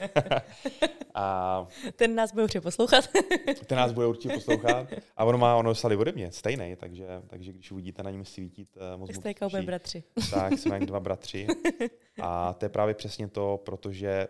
A ten nás bude určitě poslouchat. Ten nás bude určitě poslouchat. A ono dostali ode mě, stejný, takže když uvidíte na něm svítit moc jste jako oba bratři. Tak, jsme jak 2 bratři. A to je právě přesně to, protože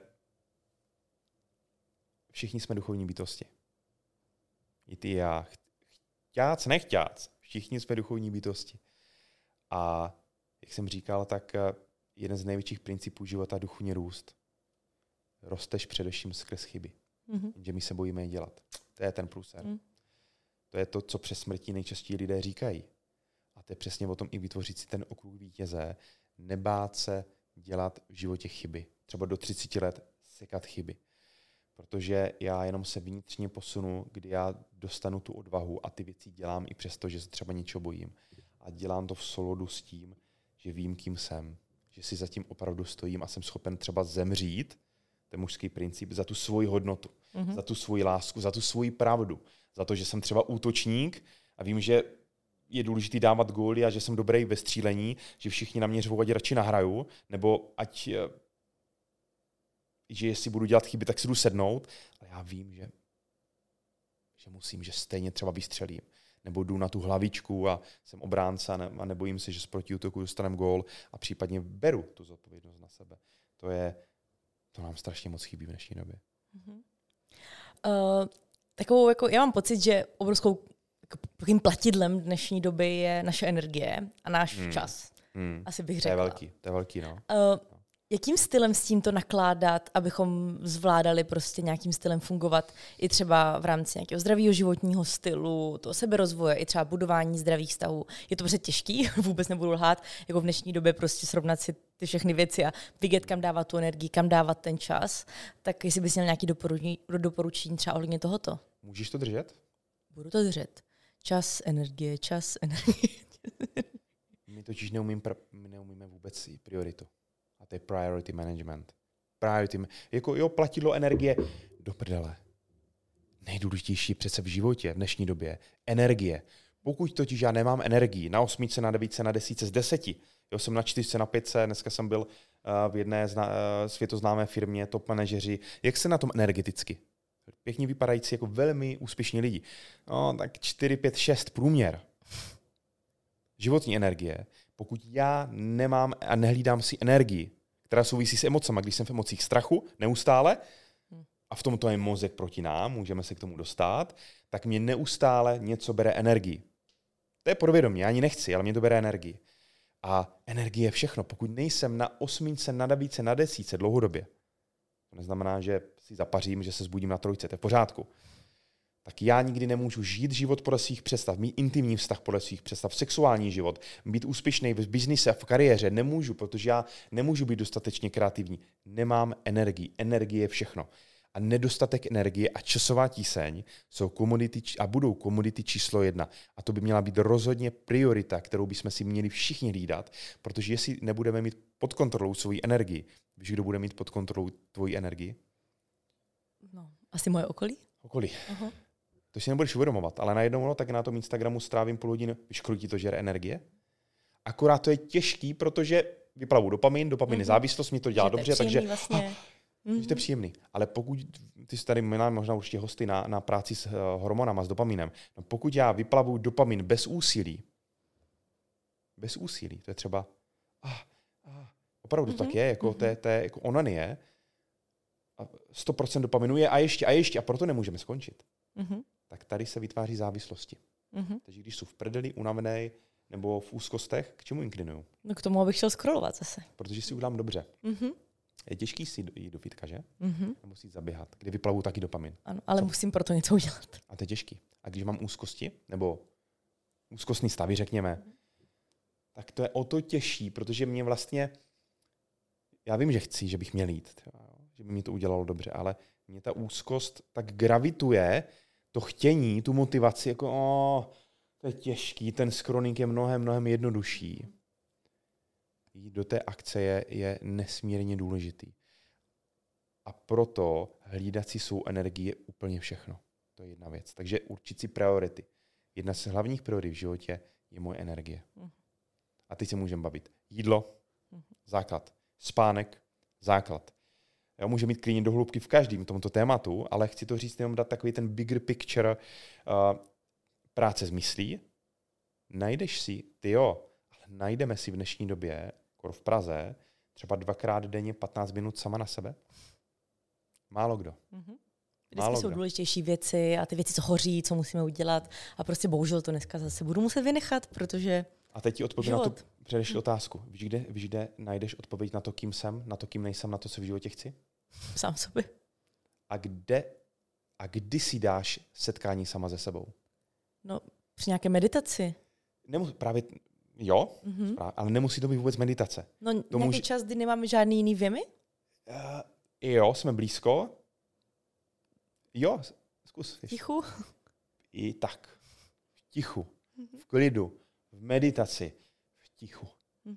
všichni jsme duchovní bytosti. I ty já. Chťác, nechťác. Všichni jsme duchovní bytosti. A jak jsem říkal, tak jeden z největších principů života duchovní růst. Rosteš především skrz chyby. Jenže my se bojíme je dělat. To je ten průser. To je to, co přes smrti nejčastěji lidé říkají. A to je přesně o tom i vytvořit si ten okruh vítěze. Nebát se dělat v životě chyby. Třeba do 30 let sekat chyby. Protože já jenom se vnitřně posunu, kdy já dostanu tu odvahu a ty věci dělám i přesto, že se třeba něčeho bojím. A dělám to v souladu s tím, že vím, kým jsem. Že si zatím opravdu stojím a jsem schopen třeba zemřít, to je mužský princip, za tu svoji hodnotu, za tu svoji lásku, za tu svoji pravdu, za to, že jsem třeba útočník a vím, že je důležité dávat góly a že jsem dobrý ve střílení, že všichni na mě řvou, ať radši nahraju, nebo že jestli budu dělat chyby, tak si jdu sednout, ale já vím, že musím, že stejně třeba vystřelím. Nebo jdu na tu hlavičku a jsem obránce a nebojím se, že z protiútoku dostanem gól a případně beru tu zodpovědnost na sebe. To nám strašně moc chybí v dnešní době. Takovou, jako, já mám pocit, že obrovskou takovým platidlem dnešní doby je naše energie a náš čas. Asi bych řekla. To je velký, no. Jakým stylem s tímto nakládat, abychom zvládali prostě nějakým stylem fungovat i třeba v rámci nějakého zdravého životního stylu, toho seberozvoje, i třeba budování zdravých vztahů. Je to prostě těžký, vůbec nebudu lhát, jako v dnešní době prostě srovnat si ty všechny věci a vidět, kam dávat tu energii, kam dávat ten čas. Tak jestli bys měl nějaké doporučení třeba ohledně tohoto. Můžeš to držet? Budu to držet. Čas, energie. My totiž neumíme vůbec prioritu. A to je priority management. Platidlo energie do prdele. Nejdůležitější přece v životě v dnešní době. Energie. Pokud totiž já nemám energii na 8, na 9, na 10 z 10, jsem na 4, na 5, dneska jsem byl v jedné světoznámé firmě, top manažeři. Jak se na tom energeticky? Pěkně vypadající jako velmi úspěšní lidi. No, tak 4, 5, 6 průměr. Životní energie. Pokud já nemám a nehlídám si energii, která souvisí s emocemi, když jsem v emocích strachu neustále, a v tomto je mozek proti nám, můžeme se k tomu dostat, tak mě neustále něco bere energii. To je podvědomě, já ani nechci, ale mě to bere energii. A energie je všechno. Pokud nejsem na 8, na 9, na 10 dlouhodobě, to neznamená, že si zapařím, že se zbudím na 3, to je v pořádku, tak já nikdy nemůžu žít život podle svých představ, mít intimní vztah podle svých představ, sexuální život, být úspěšný v biznise, v kariéře. Nemůžu, protože já nemůžu být dostatečně kreativní. Nemám energii. Energie je všechno. A nedostatek energie a časová tíseň jsou komodity a budou komodity číslo 1. A to by měla být rozhodně priorita, kterou bychom si měli všichni hlídat, protože jestli nebudeme mít pod kontrolou svoji energii, víš, kdo bude mít pod kontrolou tvoji energii? No, asi moje okolí. Okolí. To si nebudeš uvědomovat, ale najednou tak na tom Instagramu strávím půl hodiny, víš, kolik ti to žere energie? Akorát to je těžký, protože vyplavu dopamin je závislost, mi to dělá dobře, takže vlastně. To je příjemný. Ale pokud, ty jsi tady měla možná určitě hosty na práci s hormonama, s dopaminem, no pokud já vyplavu dopamin bez úsilí, to je třeba, opravdu tak je, jako to je jako onanie, 100% dopaminu je a ještě, a proto nemůžeme skončit. Tak tady se vytváří závislosti. Takže když jsou v prdeli, unavený nebo v úzkostech, k čemu inklinuju? No k tomu, abych šel scrollovat zase. Protože si udělám dobře. Je těžký si jít do fitka, že? Nebo si jít zaběhat, kde vyplavu taky dopamin. Ano, ale musím pro to něco udělat. A to je těžký. A když mám úzkosti, nebo úzkostný stavy, řekněme, tak to je o to těžší, protože mě vlastně, já vím, že chci, že bych měl jít, třeba, že by mi to udělalo dobře, ale mě ta úzkost tak gravituje, to chtění, tu motivaci, jako to je těžký, ten scrolling je mnohem jednodušší. Jít do té akce je nesmírně důležitý. A proto hlídat si svou energii je úplně všechno. To je jedna věc. Takže určit si priority. Jedna z hlavních priorit v životě je moje energie. A teď se můžeme bavit. Jídlo, základ. Spánek, základ. Já můžu mít klidně do hloubky v každém tomto tématu, ale chci to říct jenom dát takový ten bigger picture práce s myslí. Najdeš si, najdeme si v dnešní době, v Praze, třeba 2x denně 15 minut sama na sebe? Málo kdo. Vždycky jsou důležitější věci a ty věci, co hoří, co musíme udělat. A prostě bohužel to dneska zase budu muset vynechat, protože a teď ti odpovím na tu předešlou otázku. Víš, kde najdeš odpověď na to, kým jsem, na to, kým nejsem, na to, co v životě chci? Sám sobě. A kdy si dáš setkání sama se sebou? No, při nějaké meditaci. Právě jo, ale nemusí to být vůbec meditace. No, nějaký čas, kdy nemáme žádný jiný věmy? Jo, jsme blízko. Jo, zkus. Tichu? I tak. V tichu. V klidu. V meditaci. V tichu.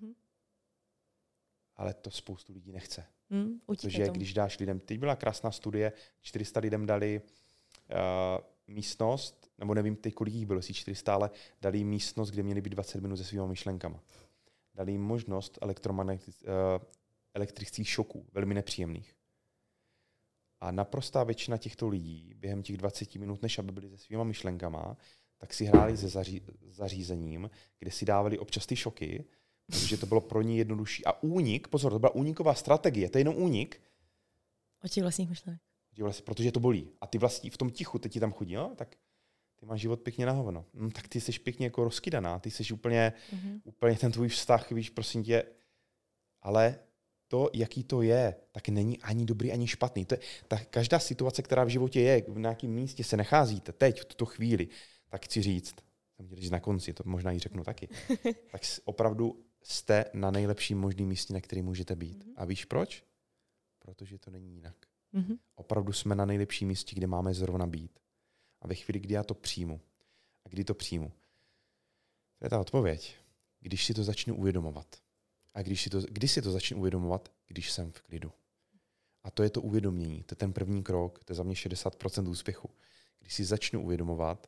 Ale to spoustu lidí nechce. Protože když dáš lidem, teď byla krásná studie, 400 lidem dali místnost, nebo nevím teď, kolik jich bylo, asi 400, ale dali jim místnost, kde měli být 20 minut se svýma myšlenkama. Dali jim možnost elektrických šoků, velmi nepříjemných. A naprostá většina těchto lidí během těch 20 minut, než aby byli se svýma myšlenkama, tak si hráli se zařízením, kde si dávali občas ty šoky, protože to bylo pro ně jednodušší. A únik, pozor, to byla úniková strategie, to je jenom únik. Od těch vlastních myšlenek. Protože to bolí. A ty vlastně v tom tichu, teď ti tam chodí, no, tak ty máš život pěkně na hovno. Tak ty jsi pěkně jako rozkydaná, ty jsi úplně ten tvůj vztah, víš, prosím tě, ale to, jaký to je, tak není ani dobrý, ani špatný. To je, každá situace, která v životě je, v nějakém místě se nacházíte, teď, v tuto chvíli, tak chci říct, jsem chtěl říct na konci, to možná i řeknu taky, tak opravdu jste na nejlepším možném místě, na kterém můžete být. A víš proč? Protože to není jinak. Opravdu jsme na nejlepším místě, kde máme zrovna být. A ve chvíli, kdy já to přijmu, a kdy to přijmu, to je ta odpověď. Když si to začnu uvědomovat. A kdy si to začnu uvědomovat? Když jsem v klidu. A to je to uvědomění. To je ten první krok. To je za mě 60% úspěchu. Když si začnu uvědomovat,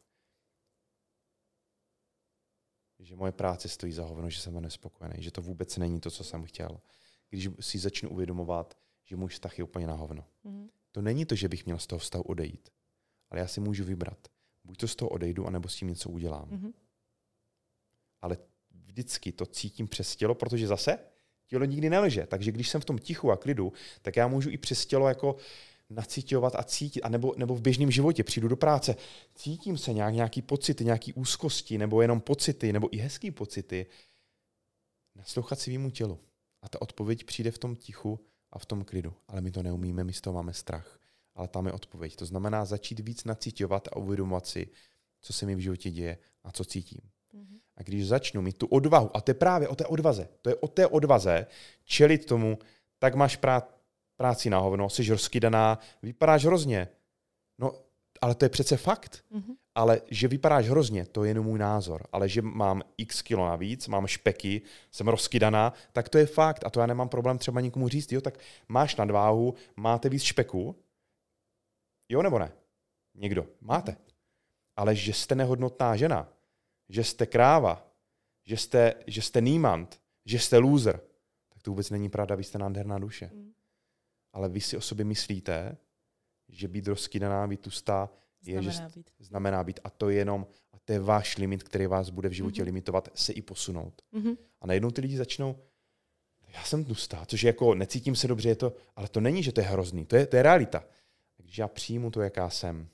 že moje práce stojí za hovno, že jsem nespokojený, že to vůbec není to, co jsem chtěl. Když si začnu uvědomovat, že můj vztah je úplně na hovno. To není to, že bych měl z toho vztahu odejít. Ale já si můžu vybrat. Buď to z toho odejdu, anebo s tím něco udělám. Ale vždycky to cítím přes tělo, protože zase tělo nikdy nelže. Takže když jsem v tom tichu a klidu, tak já můžu i přes tělo jako nacíťovat a cítit. A nebo v běžném životě přijdu do práce, cítím se nějaký pocity, nějaký úzkosti, nebo jenom pocity, nebo i hezký pocity. Naslouchat svému tělu. A ta odpověď přijde v tom tichu a v tom klidu. Ale my to neumíme, my z toho máme strach. Ale tam je odpověď. To znamená začít víc nacíťovat a uvědomovat si, co se mi v životě děje a co cítím. A když začnu mít tu odvahu, a to je právě o té odvaze, to je o té odvaze čelit tomu, tak máš práci na hovno, jsi rozkydaná, vypadáš hrozně. No, ale to je přece fakt. Ale že vypadáš hrozně, to je jenom můj názor. Ale že mám x kilo navíc, mám špeky, jsem rozkydaná, tak to je fakt. A to já nemám problém třeba nikomu říct, jo, tak máš nadváhu, máte víc špeku, jo nebo ne? Někdo. Máte. Ale že jste nehodnotná žena, že jste kráva, že jste nímant, že jste loser, tak to vůbec není pravda, vy jste nádherná duše. Ale vy si o sobě myslíte, že být rozkydaná, být tlustá, znamená být. A to je váš limit, který vás bude v životě limitovat, se i posunout. A najednou ty lidi začnou, já jsem tlustá, což je jako necítím se dobře, ale to není, že to je hrozný, to je realita. Když já přijmu to, jaká jsem,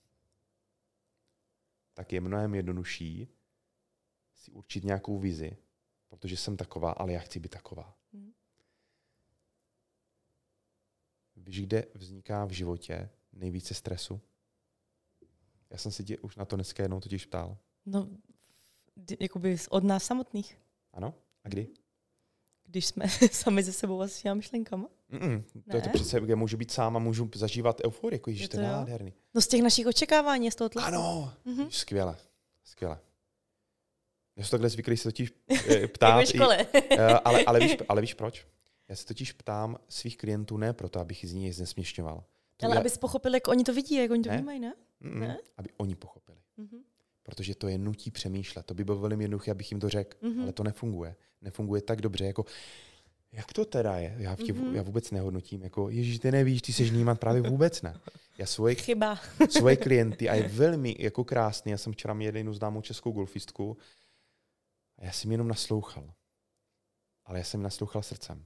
tak je mnohem jednodušší si určit nějakou vizi, protože jsem taková, ale já chci být taková. Víš, kde vzniká v životě nejvíce stresu? Já jsem se tě už na to dneska jednou totiž ptal. No, jakoby od nás samotných. Ano? A kdy? Když jsme sami ze sebou a s těma myšlenkama. To je to přece, kde můžu být sám a můžu zažívat euforii, jako ježiš, to je nádherný. No z těch našich očekávání, z toho tlaku. Ano, skvěle. Já jsem takhle zvyklý se totiž ptát. ale víš proč? Já se totiž ptám svých klientů ne proto, abych z ní znesměšňoval. Ale abys pochopil, jak oni to vidí, jak oni to vnímají, ne? Ne? Aby oni pochopili. Protože to je nutí přemýšlet. To by bylo velmi jednoduché, abych jim to řekl, ale to nefunguje. Nefunguje tak dobře, jako jak to teda je? Já vůbec nehodnotím, jako ježiš, ty nevíš, ty seš nímat, právě vůbec ne. Já svoje klienty, a je velmi jako krásný, já jsem včera měl jednu známou českou golfistku a já jsem jenom naslouchal. Ale já jsem naslouchal srdcem.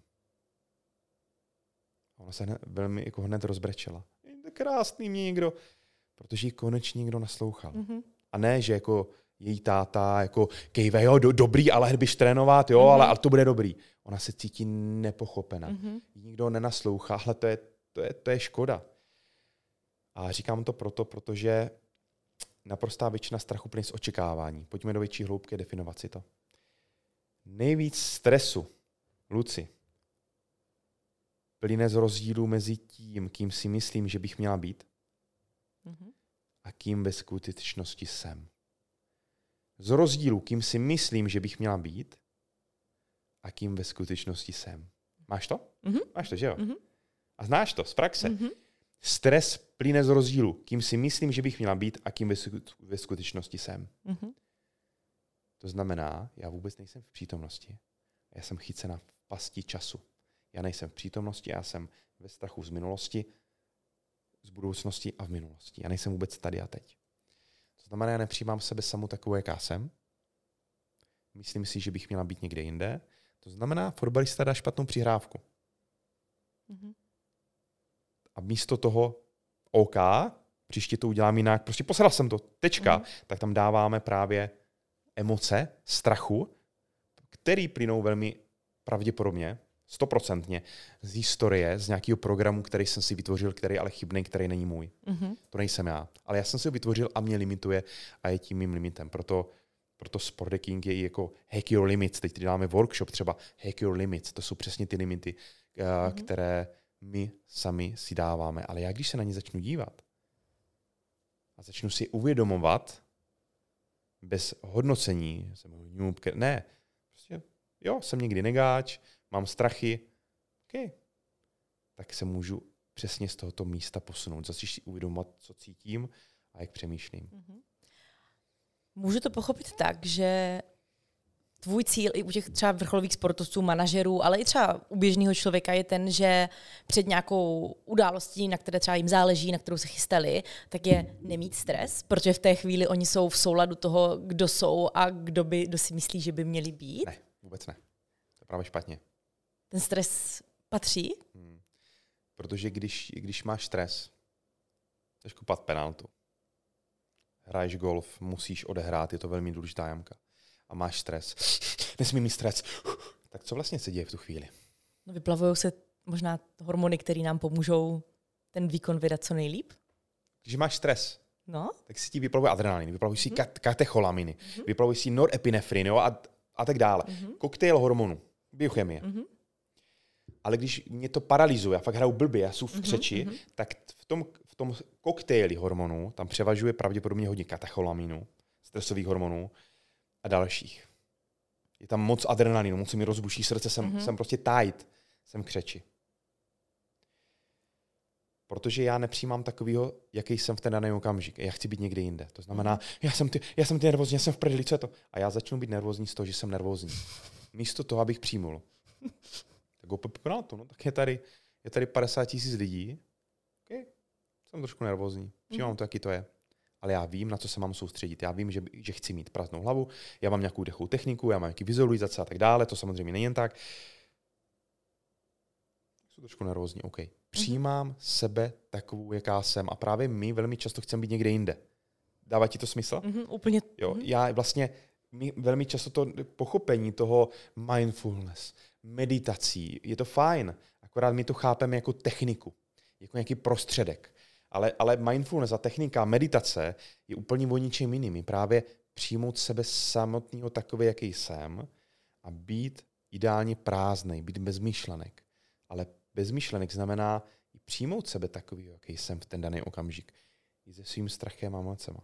A ona se velmi jako hned rozbrečela. Je to krásný mě někdo, protože jí konečně někdo naslouchal. A ne, že jako její táta, jako kejve, jo, dobrý, ale hrbiš trénovat, jo, ale to bude dobrý. Ona se cítí nepochopena. Jí nikdo nenaslouchá, ale to je škoda. A říkám to protože naprostá většina strachu plyne z očekávání. Pojďme do větší hloubky definovat si to. Nejvíc stresu, Luci, plyne z rozdílu mezi tím, kým si myslím, že bych měla být, a kým ve skutečnosti jsem. Z rozdílu, kým si myslím, že bych měla být, a kým ve skutečnosti jsem. Máš to? Máš to, že jo? A znáš to z praxe. Stres plyne z rozdílu, kým si myslím, že bych měla být, a kým ve skutečnosti jsem. To znamená, já vůbec nejsem v přítomnosti. Já jsem chycena v pasti času. Já nejsem v přítomnosti, já jsem ve strachu z minulosti, z budoucnosti a v minulosti. Já nejsem vůbec tady a teď. To znamená, já nepřijímám sebe samu takovou, jaká jsem. Myslím si, že bych měla být někde jinde. To znamená, fotbalista dá špatnou přihrávku. A místo toho OK, příště to udělám jinak, prostě posral jsem to, tečka, tak tam dáváme právě emoce, strachu, který plynou velmi pravděpodobně, 100% z historie, z nějakého programu, který jsem si vytvořil, který je ale chybný, který není můj. To nejsem já. Ale já jsem si ho vytvořil a mě limituje a je tím mým limitem. Proto Sport Hacking je i jako Hack Your Limits. Teď děláme workshop třeba Hack Your Limits. To jsou přesně ty limity, které my sami si dáváme. Ale já, když se na ně začnu dívat a začnu si uvědomovat bez hodnocení, ne, prostě jo, jsem někdy negáč, mám strachy, okay, tak se můžu přesně z tohoto místa posunout. Začneš si uvědomovat, co cítím a jak přemýšlím. Můžu to pochopit tak, že tvůj cíl i u těch třeba vrcholových sportovců, manažerů, ale i třeba u běžného člověka je ten, že před nějakou událostí, na které třeba jim záleží, na kterou se chystali, tak je nemít stres, protože v té chvíli oni jsou v souladu toho, kdo jsou a kdo si myslí, že by měli být. Ne, vůbec ne. To je právě špatně. Ten stres patří? Protože když máš stres, chceš kopat penaltu, hraješ golf, musíš odehrát, je to velmi důležitá jamka. A máš stres. Nesmí mít stres. Tak co vlastně se děje v tu chvíli? No, vyplavují se možná hormony, které nám pomůžou ten výkon vydat co nejlíp. Když máš stres, No. tak si ti vyplavuje adrenalin, vyplavují si katecholaminy, vyplavují si norepinefrin, jo, a tak dále. Koktejl hormonů, biochemie. Ale když mě to paralyzuje, já fakt hraju blbě, já jsem v křeči, tak v tom koktejli hormonů tam převažuje pravděpodobně hodně katecholaminů, stresových hormonů a dalších. Je tam moc adrenalinu, moc se mi rozbuší srdce, jsem prostě tight, jsem v křeči. Protože já nepřijímám takovýho, jaký jsem v ten daný okamžik. Já chci být někde jinde. To znamená, já jsem ty nervózní, já jsem v prdeli, co je to? A já začnu být nervózní z toho, že jsem nervózní. Místo toho, abych přijmul. Tak opět to, no, tak je tady 50 000 lidí. Okay. Jsem trošku nervózní. Přijímám to, jaký to je. Ale já vím, na co se mám soustředit. Já vím, že chci mít prázdnou hlavu, já mám nějakou dechovou techniku, já mám nějaký vizualizace a tak dále. To samozřejmě není jen tak. Jsem trošku nervózní, OK. Přijímám sebe takovou, jaká jsem. A právě my velmi často chceme být někde jinde. Dává ti to smysl? Úplně. Jo, já vlastně velmi často to pochopení toho mindfulness, meditací, je to fajn. Akorát my to chápeme jako techniku, jako nějaký prostředek. Ale mindfulness a technika, meditace je úplně o ničem jiným. Právě přijmout sebe samotného takové, jaký jsem a být ideálně prázdnej, být bez myšlenek. Ale bez myšlenek znamená i přijmout sebe takový, jaký jsem v ten daný okamžik. I se svým strachem a emocema.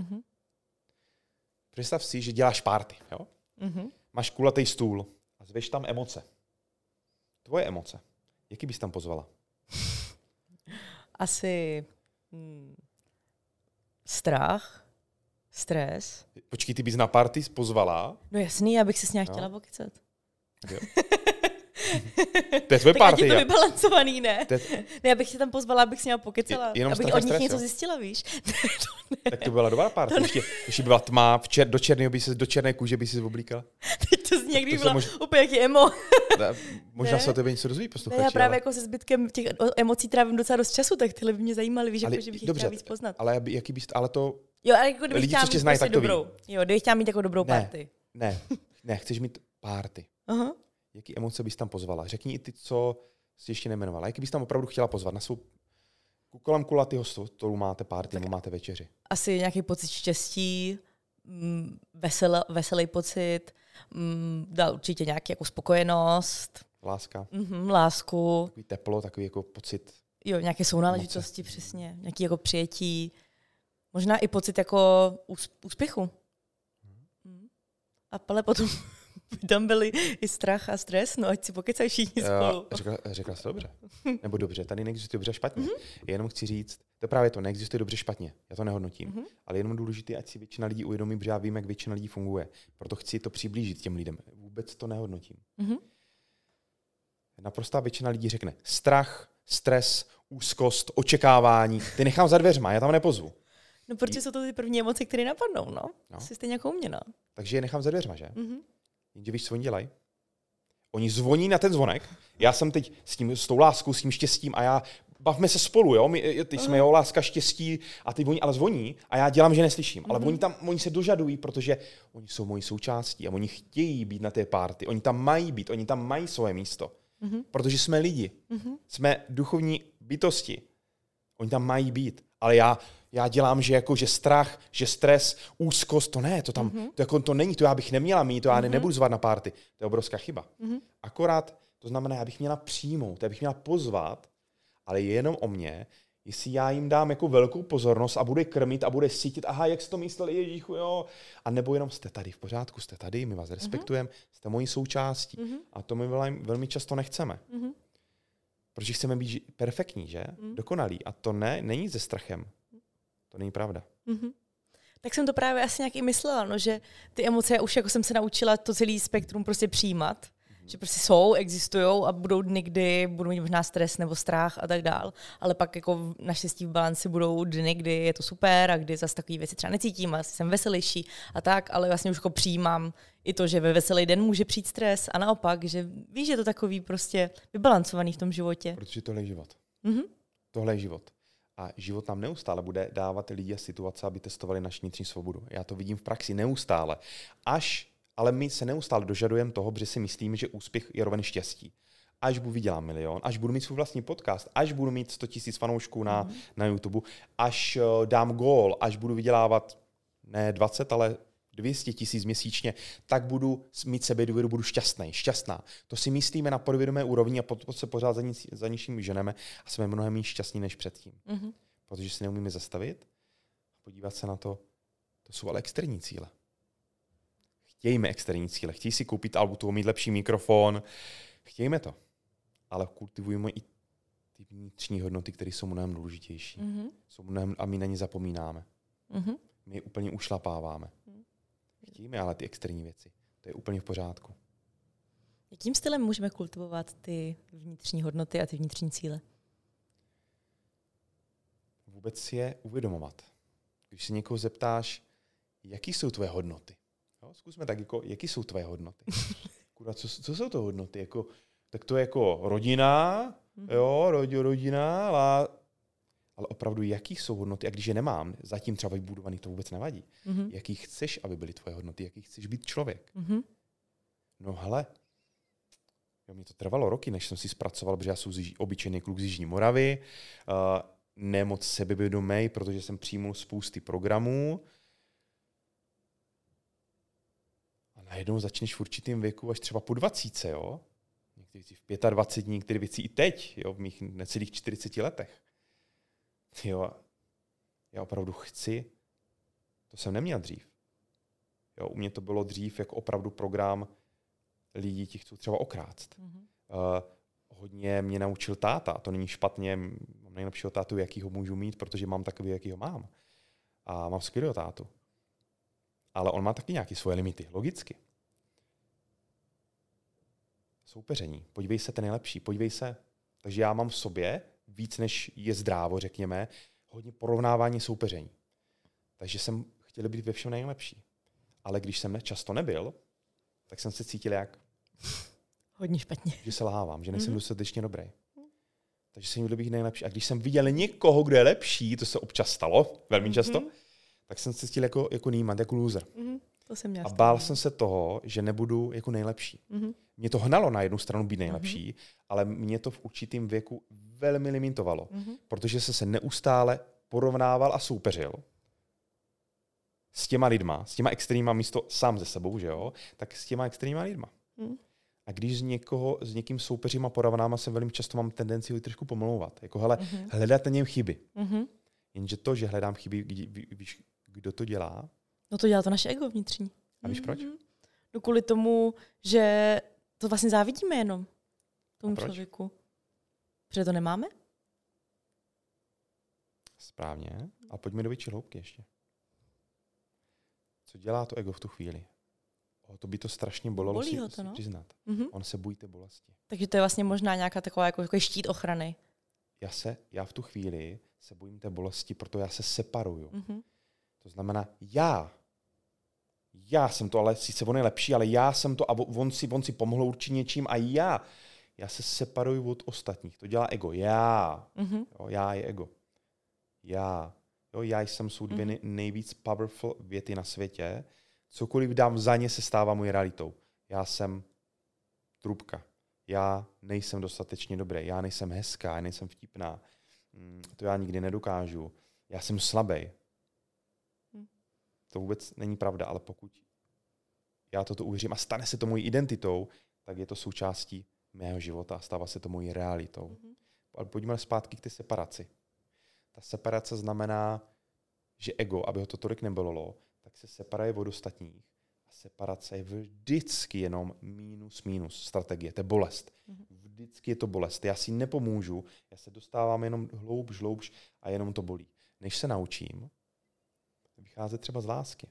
Představ si, že děláš party. Jo? Máš kulatý stůl a zveš tam emoce. Tvoje emoce. Jaký bys tam pozvala? Asi strach, stres. Počkej, ty bys na party pozvala? No jasný, já bych se s ní chtěla pokecat. To je tvoje party. Tak je to vybalancovaný, ne? Ne, já bych se tam pozvala, abych s ní pokecala. Abych od nich něco zjistila, víš? Tak to byla dobrá party. Ještě by byla tma, do černé kůže by si oblíkala. Teď to zní, jak by byla úplně jaký emo. Možná se o tebe něco dozví posluchači. Já právě jako se zbytkem těch emocí trávím docela dost času, tak tyhle by mě zajímaly, víš, jako, že bych chtěla víc poznat. Ale jaký bys, ale to... Jo, ale jako kdybych lidi, chtěla co tě mít znají, prostě tak to dobrou. Jo, kdybych chtěla mít jako dobrou party. Ne, chceš mít party. Aha. Jaký emoce bys tam pozvala? Řekni i ty, co jsi ještě nejmenovala. Jaký bys tam opravdu chtěla pozvat? Na svou kolem kulatého stolu máte party, nebo máte večeři? Asi nějaký pocit štěstí, veselý pocit, dal určitě nějaký jako spokojenost. Láska. Lásku. Takový teplo, takový jako pocit. Jo, nějaké sounáležitosti, přesně. Nějaký jako přijetí. Možná i pocit jako úspěchu. A ale potom tam byly i strach a stres, no ať si pokecají všichni spolu. Řekla jsi to dobře. Nebo dobře, tady neexistuje dobře a špatně. Já jenom chci říct, to právě to, neexistuje dobře špatně. Já to nehodnotím. Ale jenom důležité, ať si většina lidí uvědomí, protože já vím, jak většina lidí funguje. Proto chci to přiblížit těm lidem. Vůbec to nehodnotím. Naprostá většina lidí řekne strach, stres, úzkost, očekávání. Ty nechám za dveřma, já tam nepozvu. No, protože jsou to ty první emoce, které napadnou, no. Jsi stejně jako u mě, no. Takže je nechám za dveřma, že? Jenže víš, co oni dělají? Oni zvoní na ten zvonek. Já jsem teď s tou láskou, s tím štěstím a já bavme se spolu, jo? Teď jsme láska, štěstí a ty oni ale zvoní a já dělám, že neslyším. Ale oni se dožadují, protože oni jsou mojí součástí a oni chtějí být na té party. Oni tam mají být, oni tam mají svoje místo. Protože jsme lidi. Jsme duchovní bytosti. Oni tam mají být. Ale já dělám, že strach, že stres, úzkost, to ne, to není, to já bych neměla mít, to já nebudu zvat na party. To je obrovská chyba. Akorát to znamená, já bych měla přijmout, já bych měla pozvat, ale je jenom o mě, jestli já jim dám jako velkou pozornost a bude krmit a bude sítit, aha, jak jsi to myslel, Ježíchu, jo. A nebo jenom jste tady v pořádku, jste tady, my vás respektujeme, jste mojí součástí. A to my velmi často nechceme. Protože chceme být perfektní, že? Dokonalí. A to není se strachem. To není pravda. Tak jsem to právě asi nějak i myslela, no, že ty emoce, já už jako jsem se naučila to celý spektrum prostě přijímat. Že prostě existují a budou dny, kdy budu mít možná stres nebo strach a tak dál. Ale pak jako naštěstí v balanci budou dny, kdy je to super a kdy zase takové věci třeba necítím a jsem veselější a tak, ale vlastně už jako přijímám i to, že ve veselý den může přijít stres a naopak, že víš, že je to takový prostě vybalancovaný v tom životě. Protože tohle je život. Tohle je život. A život nám neustále bude dávat lidi a situace, aby testovali naši vnitřní svobodu. Já to vidím v praxi neustále. Ale my se neustále dožadujeme toho, protože si myslíme, že úspěch je roven štěstí. Až budu vydělám milion, až budu mít svůj vlastní podcast, až budu mít 100 000 fanoušků na YouTube, až dám gól, až budu vydělávat ne 20, ale 200 000 měsíčně, tak budu mít sebedůvěru, budu šťastná. To si myslíme na podvědomé úrovni a potom se pořád za ničím ženeme a jsme mnohem méně šťastní než předtím. Protože si neumíme zastavit a podívat se na to. To jsou ale externí cíle. Chtějme externí cíle. Chtějí si koupit auto, mít lepší mikrofon. Chtějme to. Ale kultivujeme i ty vnitřní hodnoty, které jsou mnohem důležitější. A my na ně zapomínáme. My je úplně ušlapáváme. Chtějme ale ty externí věci. To je úplně v pořádku. Jakým stylem můžeme kultivovat ty vnitřní hodnoty a ty vnitřní cíle? Vůbec si je uvědomovat. Když se někoho zeptáš, jaký jsou tvoje hodnoty? Jo, zkusme tak, jako, jaký jsou tvoje hodnoty? Kurva, co jsou to hodnoty? Jako, tak to je jako rodina, jo, rodina, ale opravdu, jaký jsou hodnoty? A když je nemám, zatím třeba vybudovaný, to vůbec nevadí. Jaký chceš, aby byly tvoje hodnoty? Jaký chceš být člověk? No hele, mě to trvalo roky, než jsem si zpracoval, protože já jsem obyčejný kluk z Jižní Moravy, nemoc sebevědomý, protože jsem přijmul spousty programů. A najednou začneš v určitém věku, až třeba po 20, jo? Některé věci v 25, některé věci i teď, jo? V mých necelých 40 letech. Jo, já opravdu chci, to jsem neměl dřív. Jo, u mě to bylo dřív jako opravdu program lidí, ti chcou třeba okrást. Hodně mě naučil táta, to není špatně, mám nejlepšího tátu, jaký ho můžu mít, protože mám takový, jaký ho mám. A mám skvělého tátu. Ale on má taky nějaké svoje limity, logicky. Soupeření, podívej se, ten nejlepší, podívej se. Takže já mám v sobě víc, než je zdrávo, řekněme, hodně porovnávání soupeření. Takže jsem chtěl být ve všem nejlepší. Ale když jsem často nebyl, tak jsem se cítil jak? Hodně špatně. Že se lhávám, že nejsem dostatečně dobrý. Takže jsem měl být nejlepší. A když jsem viděl někoho, kdo je lepší, to se občas stalo, velmi často, tak jsem se cítil jako nímant, jako loser. To jsem měl. A bál jsem se toho, že nebudu jako nejlepší. Mě to hnalo na jednu stranu být nejlepší, ale mě to v určitém věku velmi limitovalo, protože jsem se neustále porovnával a soupeřil s těma lidma, s těma extrémníma místo sám ze sebou, že jo, tak s těma extrémníma lidma. A když s někým soupeřím a porovnám, jsem velmi často mám tendenci ho trošku pomlouvat. Jako hele, hledat na něm chyby. Jenže to, že hledám chyby, víš, kdo to dělá? No to dělá to naše ego vnitřní. A víš proč? No kvůli tomu, že to vlastně závidíme jenom tomu člověku. Protože to nemáme? Správně. A pojďme do větší hloubky ještě. Co dělá to ego v tu chvíli? To by to strašně bolelo si přiznat. On se bojí té bolesti. Takže to je vlastně možná nějaká taková jako štít ochrany. Já v tu chvíli se bojím té bolesti, proto já se separuju. To znamená, já jsem to, ale sice on je lepší, ale já jsem to a on si pomohl určitě něčím a já se separuju od ostatních. To dělá ego. Já je ego. Já jsem jsou dvě nejvíc powerful věty na světě. Cokoliv dám za ně, se stává mojí realitou. Já jsem trubka. Já nejsem dostatečně dobrý. Já nejsem hezká, já nejsem vtipná. To já nikdy nedokážu. Já jsem slabý. To vůbec není pravda, ale pokud já toto uvěřím a stane se to mojí identitou, tak je to součástí mého života a stává se to mojí realitou. Ale pojďme zpátky k té separaci. Ta separace znamená, že ego, aby ho to tolik nebolelo, tak se separuje od ostatních. A separace je vždycky jenom minus strategie. To je bolest. Vždycky je to bolest. Já si nepomůžu, já se dostávám jenom hloubš a jenom to bolí. Než se naučím vycházet třeba z lásky.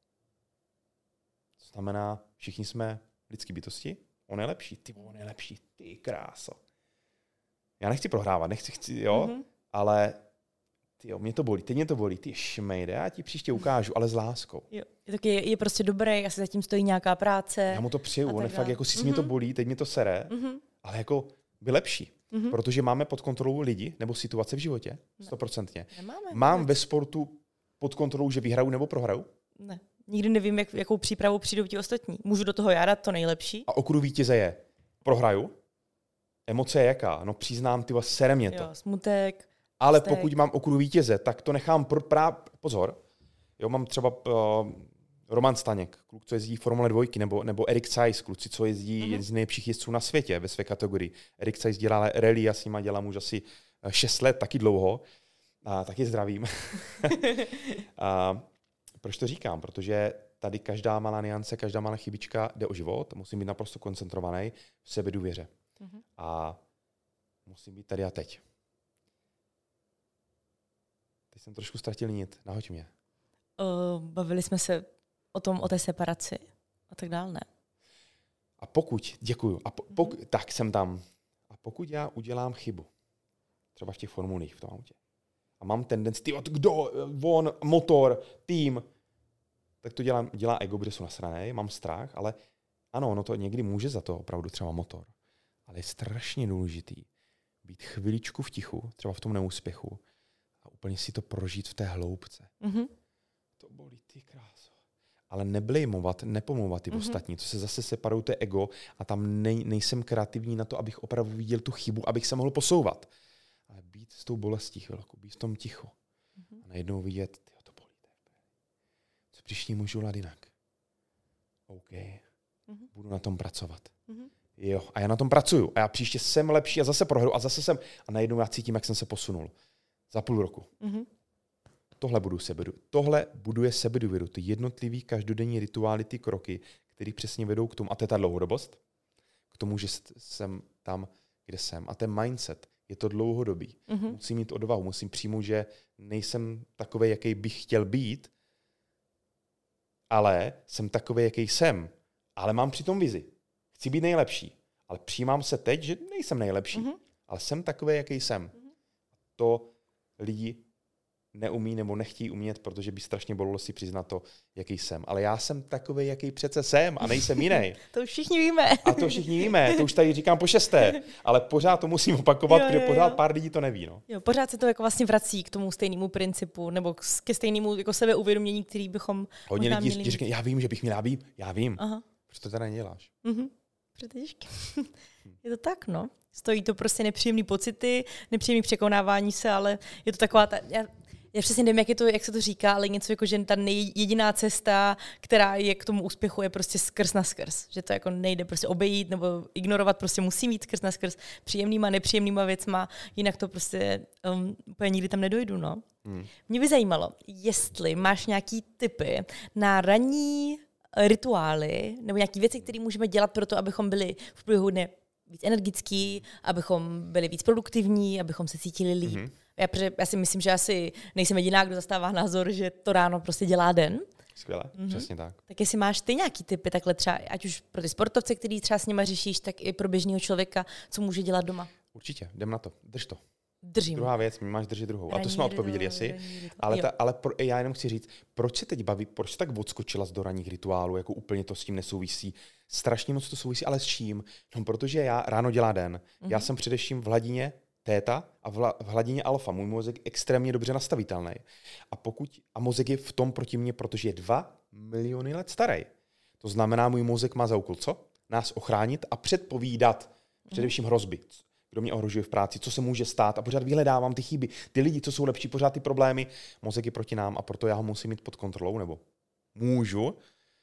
To znamená, všichni jsme lidský bytosti, on je lepší, on je lepší, ty kráso. Já nechci prohrávat, ale mě to bolí, teď mě to bolí, ty šmejde, já ti příště ukážu, ale s láskou. Jo. Je prostě dobrý, asi zatím stojí nějaká práce. Já mu to přeju, on je fakt jako si mě to bolí, teď mě to sere, ale jako by lepší. Protože máme pod kontrolou lidi nebo situace v životě, 100%. Nemáme. Mám ve sportu pod kontrolou, že vyhraju nebo prohraju? Ne. Nikdy nevím, jakou přípravu přijdou ti ostatní. Můžu do toho já dát to nejlepší. A okruh vítěze je, prohraju, emoce je jaká? No přiznám, sere mě to. Jo, smutek. Ale pokud mám okruh vítěze, tak to nechám pozor. Jo, mám třeba Roman Staněk, kluk, co jezdí Formule 2, nebo Erik Zeiss, kluci, co jezdí z nejlepších jezdců na světě ve své kategorii. Erik Zeiss dělá rally, já s nima dělám už asi 6 let, taky dlouho. A taky zdravím. Proč to říkám? Protože tady každá malá nuance, každá malá chybička jde o život, musím být naprosto koncentrovaný v sebedůvěře. A musím být tady a teď. Teď jsem trošku ztratil nit, nahoď mě. Bavili jsme se o té separaci a tak dále, ne? A pokud, děkuju, tak jsem tam. A pokud já udělám chybu, třeba v těch formulích v tom autě, a mám tendenci, kdo, on, motor, tým, tak to dělá ego, kde jsou nasranej, mám strach, ale ano, ono to někdy může za to opravdu třeba motor. Ale je strašně důležitý být chviličku v tichu, třeba v tom neúspěchu, a úplně si to prožít v té hloubce. To bolí, ty kráso. Ale neblejmovat, nepomlouvat ty ostatní. To se zase separují, to je ego a tam nejsem kreativní na to, abych opravdu viděl tu chybu, abych se mohl posouvat. Ale být s tou bolestí chvilku, být v tom tichu. A najednou vidět, to bolí. Co příště můžu udělat jinak? OK. Budu na tom pracovat. Jo, a já na tom pracuju. A já příště jsem lepší a zase prohru a zase jsem. A najednou já cítím, jak jsem se posunul. Za půl roku. Tohle buduje sebedůvěru. Ty jednotlivý každodenní rituály, ty kroky, které přesně vedou k tomu, a to je ta dlouhodobost, k tomu, že jsem tam, kde jsem. A ten mindset je to dlouhodobý. Musím mít odvahu, musím přijmout, že nejsem takovej, jaký bych chtěl být, ale jsem takovej, jaký jsem. Ale mám přitom vizi. Chci být nejlepší. Ale přijímám se teď, že nejsem nejlepší. Ale jsem takovej, jaký jsem. To lidi neumí nebo nechtějí umět, protože by strašně bolelo si přiznat to, jaký jsem. Ale já jsem takovej, jaký přece jsem a nejsem jiný. To už všichni víme. A to všichni víme, to už tady říkám po 6. Ale pořád to musím opakovat, protože pořád pár lidí to neví. No. Jo, pořád se to jako vlastně vrací k tomu stejnému principu nebo ke stejnému jako sebeuvědomění, který bychom hodně lidí říkají, já vím, že bych měla být, já vím. Aha. Proč to teda neděláš? Je to tak, no. Stojí to prostě nepříjemný pocity, nepříjemný překonávání se, ale je to taková já přesně nevím, jak se to říká, ale něco jako, že ta jediná cesta, která je k tomu úspěchu, je prostě skrz na skrz. Že to jako nejde prostě obejít nebo ignorovat, prostě musí mít skrz na skrz příjemnýma, nepříjemnýma věcma, jinak to prostě úplně nikdy tam nedojdu, no. Mě by zajímalo, jestli máš nějaký tipy na ranní rituály nebo nějaké věci, které můžeme dělat pro to, abychom byli v průběhu dne víc energický, abychom byli víc produktivní, abychom se cítili líp. Já si myslím, že asi nejsem jediná, kdo zastává názor, že to ráno prostě dělá den. Skvěle, přesně tak. Tak jestli máš ty nějaký tipy takhle třeba, ať už pro ty sportovce, který třeba s nima řešíš, tak i pro běžného člověka, co může dělat doma. Určitě, jdem na to, drž to. Držím. Druhá věc, my máš držet druhou. A to jsme odpověděli asi. Ale já jenom chci říct, proč se teď baví, proč se tak odskočila do ranních rituálů, jako úplně to s tím nesouvisí. Strašně moc to souvisí, ale s čím? No, protože já ráno dělá den. Já jsem především v hladině téta a v hladině alfa. Můj mozek je extrémně dobře nastavitelný. A mozek je v tom proti mně, protože je 2 miliony let starý. To znamená, můj mozek má za úkol co? Nás ochránit a předpovídat především hrozby. Kdo mě ohrožuje v práci, co se může stát a pořád vyhledávám ty chyby. Ty lidi, co jsou lepší, pořád ty problémy. Mozek je proti nám a proto já ho musím mít pod kontrolou, nebo můžu,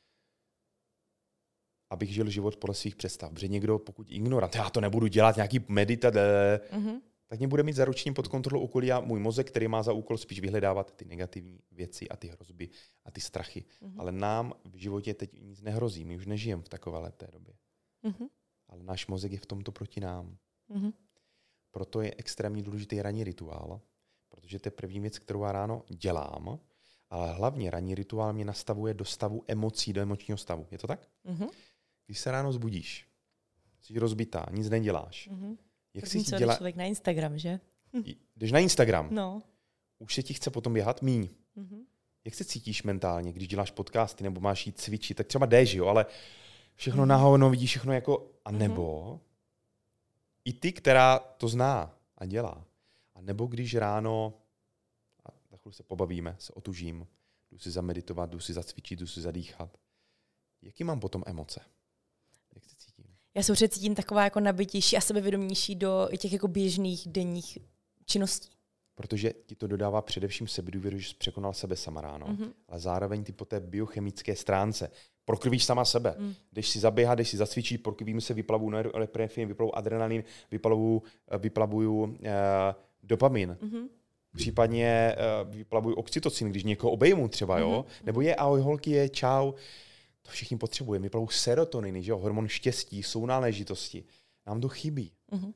abych žil život podle svých představ. Protože někdo, pokud ignorant, já to nebudu dělat, nějaký meditace, tak mě bude mít zaručeně pod kontrolou okolí a můj mozek, který má za úkol spíš vyhledávat ty negativní věci a ty hrozby a ty strachy. Ale nám v životě teď nic nehrozí, my už nežijeme v takové leté době. Ale náš mozek je v tomto proti nám. Proto je extrémně důležitý ranní rituál, protože to je první věc, kterou já ráno dělám, ale hlavně ranní rituál mě nastavuje do stavu emocí, do emočního stavu. Je to tak? Když se ráno zbudíš, jsi rozbitá, nic neděláš. Jak si dělá člověk na Instagram, že? Jdeš na Instagram. No. Už se ti chce potom běhat míň. Jak se cítíš mentálně, když děláš podcasty nebo máš jít cvičit, tak třeba jdeš, jo, ale všechno nahovno vidíš všechno jako a nebo i ty, která to zná a dělá. A nebo když ráno, a za chvíli se pobavíme, se otužím, jdu si zameditovat, jdu si zacvičit, jdu si zadýchat. Jaký mám potom emoce? Jak se cítím? Já se určitě cítím taková jako nabitější a sebevědomější do těch jako běžných denních činností. Protože ti to dodává především sebedůvěru, že jsi překonal sebe sama ráno, ale zároveň ty po té biochemické stránce prokrvíš sama sebe. Jdeš si zaběhat, jdeš si zacvičit, prokrvím se, vyplavu norepinefrin, vyplavu adrenalin, vyplavuju dopamin. Případně vyplavuju oxytocin, když někoho obejmu třeba, jo? Nebo je ahoj holky, je čau. To všichni potřebujeme. Vyplavuju serotoniny, že jo? Hormon štěstí, sounáležitosti. Nám to chybí.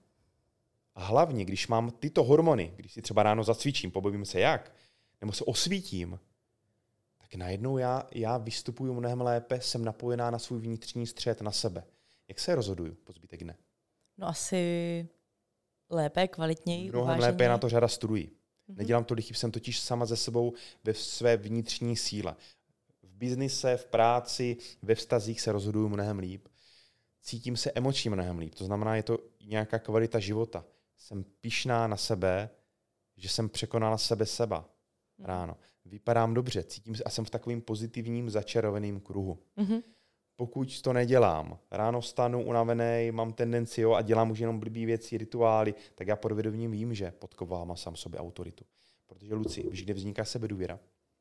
A hlavně, když mám tyto hormony, když si třeba ráno zacvičím, pobavím se jak, nebo se osvítím, tak najednou já vystupuju mnohem lépe, jsem napojená na svůj vnitřní střed, na sebe. Jak se rozhoduju po zbytek dne? No asi lépe, kvalitněji, mnohem lépe na to řada studují. Nedělám tolik chyb, jsem totiž sama ze sebou ve své vnitřní síle. V biznise, v práci, ve vztazích se rozhoduju mnohem líp. Cítím se emočně mnohem líp. To znamená, je to nějaká kvalita života. Jsem pyšná na sebe, že jsem překonala seba ráno. Vypadám dobře, cítím se a jsem v takovým pozitivním začarovaným kruhu. Pokud to nedělám, ráno vstanu unavený, mám tendenci a dělám už jenom blbý věci, rituály, tak já podvědomě vím, že podkovám sám sobě autoritu. Protože Luci, víš, kde vzniká sebedůvěra?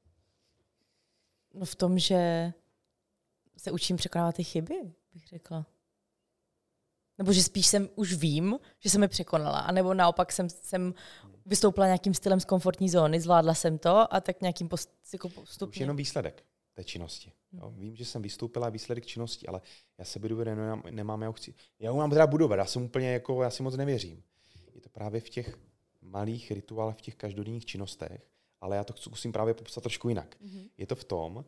No v tom, že se učím překonávat ty chyby, bych řekla. Nebo že spíš už vím, že jsem je překonala, anebo naopak jsem vystoupila nějakým stylem z komfortní zóny, zvládla jsem to a tak nějakým postupně. Už jenom výsledek té činnosti. Jo? Vím, že jsem vystoupila výsledek činnosti, ale já sebedůvěru nemám, já ho mám teda budovat, já jsem úplně já si moc nevěřím. Je to právě v těch malých rituálech, v těch každodenních činnostech, ale já to zkusím právě popsat trošku jinak. Je to v tom,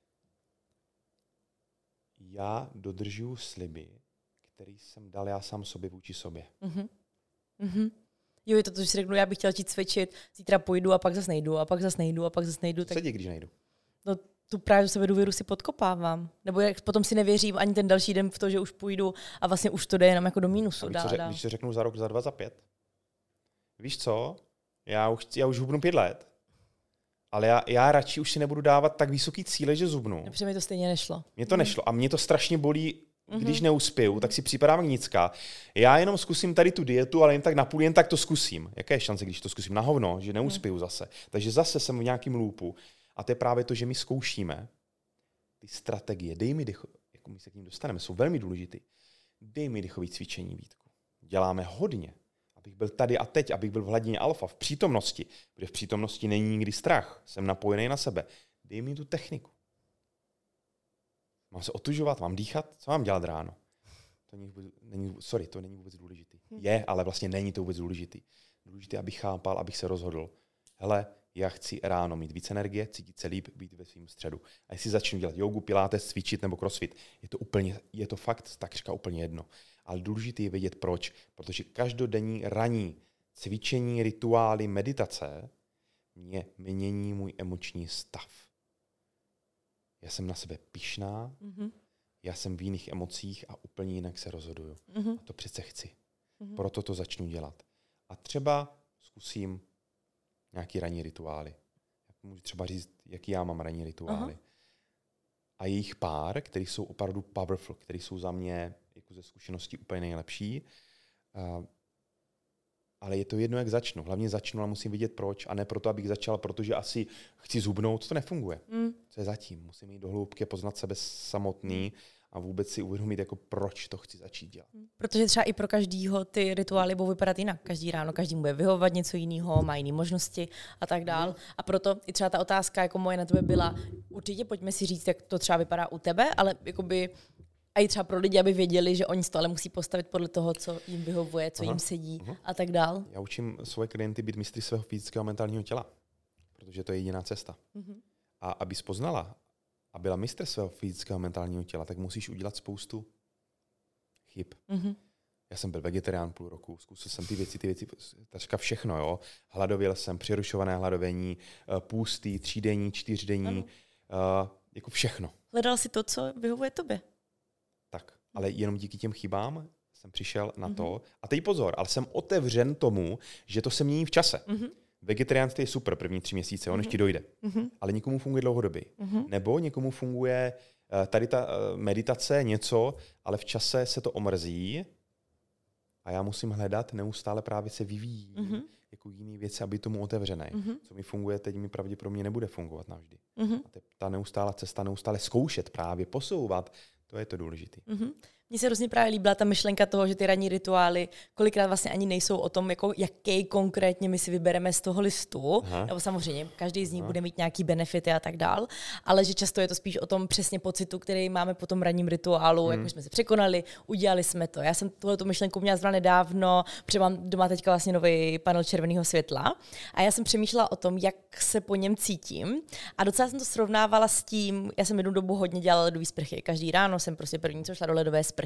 já dodržuju sliby, který jsem dal já sám sobě vůči sobě. Jo, je to, že si řeknu, já bych chtěla cvičit, zítra půjdu a pak zase nejdu, a pak zase nejdu, a pak zase nejdu. Co se děje, když nejdu? No, tu právě sebedůvěru si podkopávám. Nebo jak potom si nevěřím ani ten další den v to, že už půjdu a vlastně už to jde jenom jako do mínusu. Když to řeknu za rok, za 2, za 5. Víš co? Já už hubnu 5 let. Ale já radši už si nebudu dávat tak vysoký cíle, že zubnu. Protože mi to stejně nešlo. Mně to nešlo a mě to strašně bolí, když neuspěju, tak si připadám nicka. Já jenom zkusím tady tu dietu, ale jen tak napůl, jen tak to zkusím. Jaká je šance, když to zkusím? Na hovno, že neuspěju zase. Takže zase jsem v nějakém loopu. A to je právě to, že my zkoušíme ty strategie. Dej mi jako my se k ním dostaneme, jsou velmi důležité. Dej mi dechové cvičení, Vítku. Děláme hodně, abych byl tady a teď, abych byl v hladině alfa, v přítomnosti. Protože v přítomnosti není nikdy strach. Jsem napojený na sebe. Dej mi tu techniku. Mám se otužovat, mám dýchat? Co mám dělat ráno? To není vůbec důležitý. Je, ale vlastně není to vůbec důležitý. Důležité, abych chápal, abych se rozhodl. Hele, já chci ráno mít víc energie, cítit se líp, být ve svém středu. A jestli začnu dělat jogu, pilates, cvičit nebo crossfit, je to fakt takřka úplně jedno. Ale důležité je vědět proč. Protože každodenní ranní cvičení, rituály, meditace mě mění můj emoční stav. Já jsem na sebe pyšná, já jsem v jiných emocích a úplně jinak se rozhoduju. A to přece chci. Proto to začnu dělat. A třeba zkusím nějaký ranní rituály. Můžu třeba říct, jaký já mám ranní rituály. A je jich pár, který jsou opravdu powerful, který jsou za mě jako ze zkušeností úplně nejlepší. Ale je to jedno, jak začnu. Hlavně začnu a musím vidět proč. A ne proto, abych začal, protože asi chci zhubnout. To nefunguje. Co je zatím? Musím jít do hloubky, poznat sebe samotný a vůbec si uvědomit, jako proč to chci začít dělat. Protože třeba i pro každýho ty rituály budou vypadat jinak. Každý ráno, každý bude vyhovovat něco jiného, má jiné možnosti a tak dál. A proto i třeba ta otázka jako moje na tebe byla, určitě pojďme si říct, jak to třeba vypadá u tebe, ale jakoby a i třeba pro lidi, aby věděli, že oni stále musí postavit podle toho, co jim vyhovuje, co jim sedí a tak dál. Já učím svoje klienty být mistry svého fyzického a mentálního těla, protože to je jediná cesta. A aby poznala a byla mistr svého fyzického a mentálního těla, tak musíš udělat spoustu chyb. Já jsem byl vegetarián půl roku, zkusil jsem ty věci, takřka všechno. Jo? Hladověl jsem, přerušované hladovění, půstý, 3denní, 4denní, jako všechno. Hledal si to, co vyhovuje tobě. Tak, ale jenom díky těm chybám jsem přišel na to. A teď pozor, ale jsem otevřen tomu, že to se mění v čase. Vegetariánství je super první 3 měsíce, on ještě dojde. Ale někomu funguje dlouhodobě. Nebo někomu funguje tady ta meditace, něco, ale v čase se to omrzí a já musím hledat, neustále právě se vyvíjí jako jiný věci, aby tomu otevřené. Co mi funguje, teď mi pravděpodobně nebude fungovat navždy. A ta neustálá cesta, neustále zkoušet, právě posouvat, to je to důležité. Mně se hrozně právě líbila ta myšlenka toho, že ty ranní rituály kolikrát vlastně ani nejsou o tom, jako jaký konkrétně my si vybereme z toho listu, nebo samozřejmě každý z nich bude mít nějaký benefity a tak dál, ale že často je to spíš o tom přesně pocitu, který máme po tom ranním rituálu, jak jsme se překonali, udělali jsme to. Já jsem tuhletu myšlenku měla zrovna nedávno, protože mám doma teďka vlastně nový panel červeného světla a já jsem přemýšlela o tom, jak se po něm cítím a docela jsem to srovnávala s tím, já jsem jednu dobu hodně dělala ledové sprchy. Každý ráno jsem prostě první, co šla do ledové sprchy.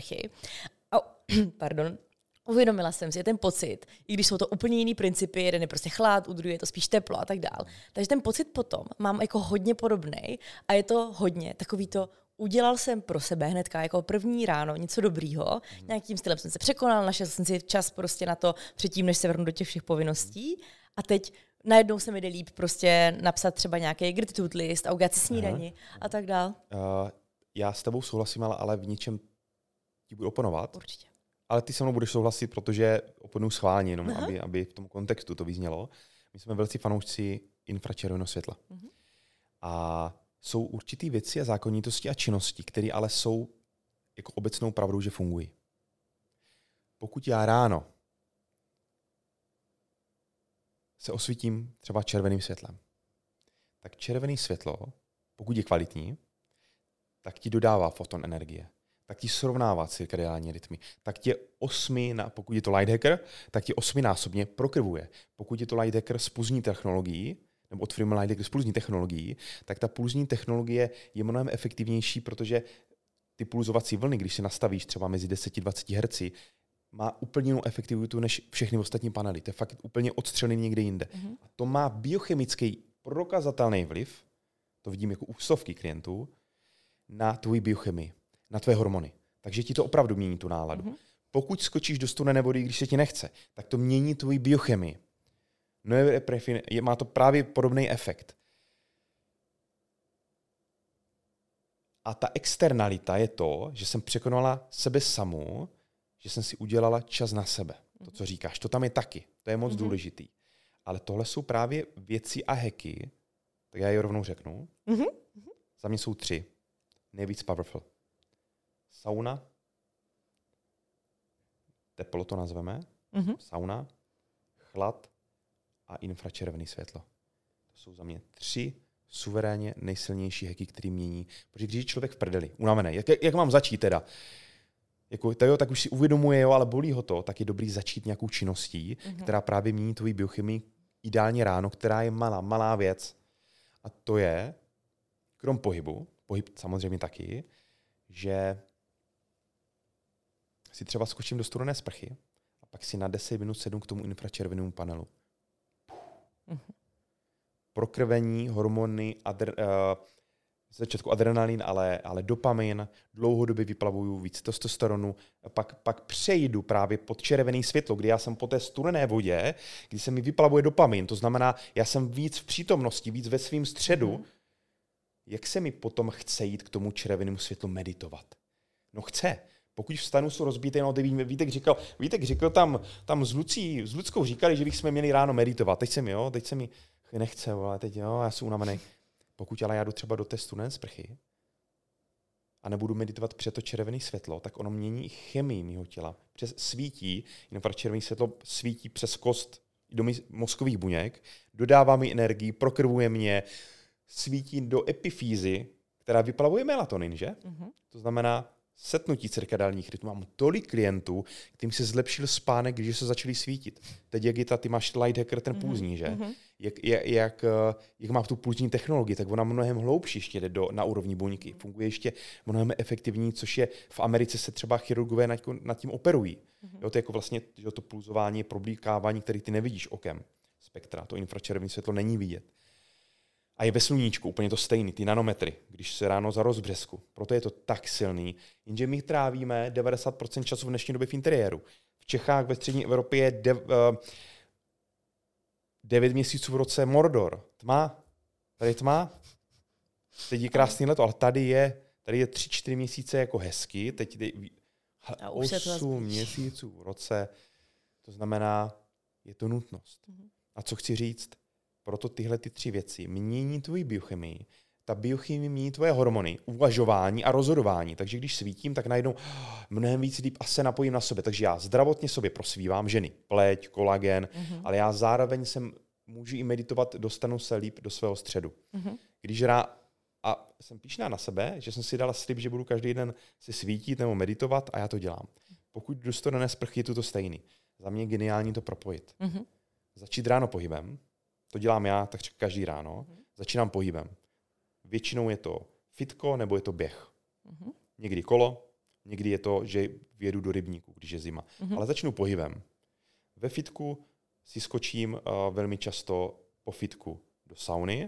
Uvědomila jsem si ten pocit, i když jsou to úplně jiný principy, jeden je prostě chlad, u druhé je to spíš teplo a tak dál. Takže ten pocit potom mám jako hodně podobnej a je to hodně takový to, udělal jsem pro sebe hnedka jako první ráno něco dobrýho, nějakým stylem jsem se překonal, našel jsem si čas prostě na to předtím, než se vrhnu do těch všech povinností a teď najednou se mi jde líp prostě napsat třeba nějaký gratitude list a udělat si snídani a tak dál. Já s tebou souhlasím, ale v něčem ti budu oponovat. Určitě. Ale ty se mnou budeš souhlasit, protože oponuju schválně, jenom aby v tom kontextu to vyznělo. My jsme velcí fanoušci infračerveného světla. A jsou určitý věci a zákonitosti a činnosti, které ale jsou jako obecnou pravdou, že fungují. Pokud já ráno se osvítím třeba červeným světlem, tak červené světlo, pokud je kvalitní, tak ti dodává foton energie, tak ti srovnává cirkadiální rytmy, tak tě pokud je to light hacker, tak tě 8násobně prokrvuje. Pokud je to light hacker s pulzní technologií, nebo od firmy light hacker s pulzní technologií, tak ta pulzní technologie je mnohem efektivnější, protože ty pulzovací vlny, když si nastavíš třeba mezi 10-20 Hz, má úplně jinou efektivitu než všechny ostatní panely. To je fakt úplně odstřelený někde jinde. A to má biochemický prokazatelný vliv, to vidím jako u stovky klientů, na tvoji biochemii, na tvé hormony. Takže ti to opravdu mění tu náladu. Pokud skočíš do studené vody, když se ti nechce, tak to mění tvoji biochemii. Má to právě podobný efekt. A ta externalita je to, že jsem překonala sebe samou, že jsem si udělala čas na sebe. To, co říkáš, to tam je taky. To je moc důležitý. Ale tohle jsou právě věci a hacky, tak já je rovnou řeknu. Za mě jsou 3. Nejvíc powerful. Sauna, teplo to nazveme, sauna, chlad a infračervené světlo. To jsou za mě 3 suverénně nejsilnější hacky, který mění. Protože když je člověk v prdeli, unavený, jak mám začít teda? Jako, tak už si uvědomuje, ale bolí ho to, tak je dobrý začít nějakou činností, která právě mění tvoji biochemii ideálně ráno, která je malá věc. A to je, krom pohyb samozřejmě taky, že si třeba skočím do studené sprchy a pak si na 10 minut sednu k tomu infračervenému panelu. Prokrvení, hormony, začátku adrenalin, ale dopamin, dlouhodobě vyplavuju víc testosteronu, pak přejdu právě pod červené světlo, kdy já jsem po té studené vodě, kdy se mi vyplavuje dopamin, to znamená, já jsem víc v přítomnosti, víc ve svém středu. Jak se mi potom chce jít k tomu červenému světlu meditovat? No chce. Pokud vstanu, jsou rozbité, no Vítek říkal tam s Luckou říkali, že bychom měli ráno meditovat. Teď se mi nechce, ale teď já jsem unavený. Pokud ale já jdu třeba do té studené sprchy a nebudu meditovat před to červené světlo, tak ono mění chemii mého těla. Svítí, infračervené světlo svítí přes kost do mozkových buněk, dodává mi energii, prokrvuje mě, svítí do epifýzy, která vyplavuje melatonin, že? To znamená setnutí cirkadiálních rytmů. Mám tolik klientů, kterým se zlepšil spánek, když se začali svítit. Teď ty máš light hacker, ten pulzní, že? Jak má tu pulzní technologii, tak ona mnohem hloubší ještě jde na úrovni buňky. Funguje ještě mnohem efektivní, což je v Americe se třeba chirurgové nad tím operují. Jo, to je jako vlastně to pulzování, problíkávání, který ty nevidíš okem spektra. To infračervené světlo není vidět. A je ve sluníčku úplně to stejný, ty nanometry, když se ráno za rozbřesku. Proto je to tak silný, jenže my trávíme 90% času v dnešní době v interiéru. V Čechách, ve střední Evropě je 9 měsíců v roce Mordor. Tma. Tady je tma. Teď je krásný leto, ale tady je 3-4 měsíce jako hezky. Teď jde 8 měsíců v roce. To znamená, je to nutnost. A co chci říct? Proto tyhle 3 věci mění tvoji biochemii. Ta biochemie mění tvoje hormony, uvažování a rozhodování. Takže když svítím, tak najednou mnohem víc líp a se napojím na sebe. Takže já zdravotně sobě prosvívám ženy, pleť, kolagen, ale já zároveň můžu i meditovat, dostanu se líp do svého středu. Když a jsem pyšná na sebe, že jsem si dala slib, že budu každý den se svítit nebo meditovat a já to dělám. Pokud jdu studené sprchy, je to stejný. Za mě je geniální to propojit. Začít ráno pohybem, to dělám já tak každý ráno, začínám pohybem. Většinou je to fitko nebo je to běh. Někdy kolo, někdy je to, že vědu do rybníku, když je zima. Ale začnu pohybem. Ve fitku si skočím velmi často po fitku do sauny,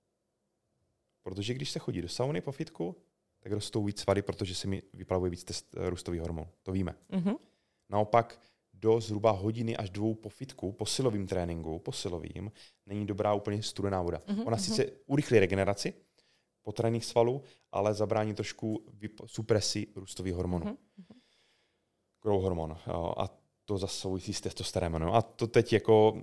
protože když se chodí do sauny po fitku, tak rostou víc svaly, protože se mi vyplavuje víc růstový hormon. To víme. Naopak do zhruba hodiny až 2 po fitku, po silovém tréninku, není dobrá úplně studená voda. Ona sice urychlí regeneraci potravních svalů, ale zabrání trošku supresi růstových hormonů. Growth hormon. A to zase souvisí s testosteronem. A to teď jako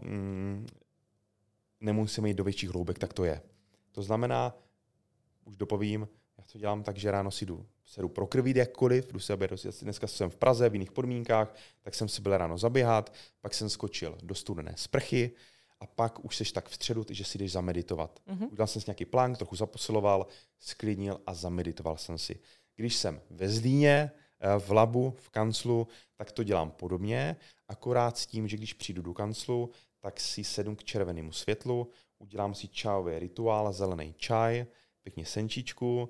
nemusíme jít do větších hloubek, tak to je. To znamená, už dopovím, já to dělám tak, že ráno si jdu prokrvit jakkoliv, dneska jsem v Praze v jiných podmínkách, tak jsem si byl ráno zaběhat, pak jsem skočil do studené sprchy a pak už seš tak v středu, že si jdeš zameditovat. Udělal jsem si nějaký plank, trochu zaposiloval, sklidnil a zameditoval jsem si. Když jsem ve Zlíně, v labu, v kanclu, tak to dělám podobně, akorát s tím, že když přijdu do kanclu, tak si sednu k červenému světlu, udělám si čajový rituál, zelený čaj, pěkně senčičku,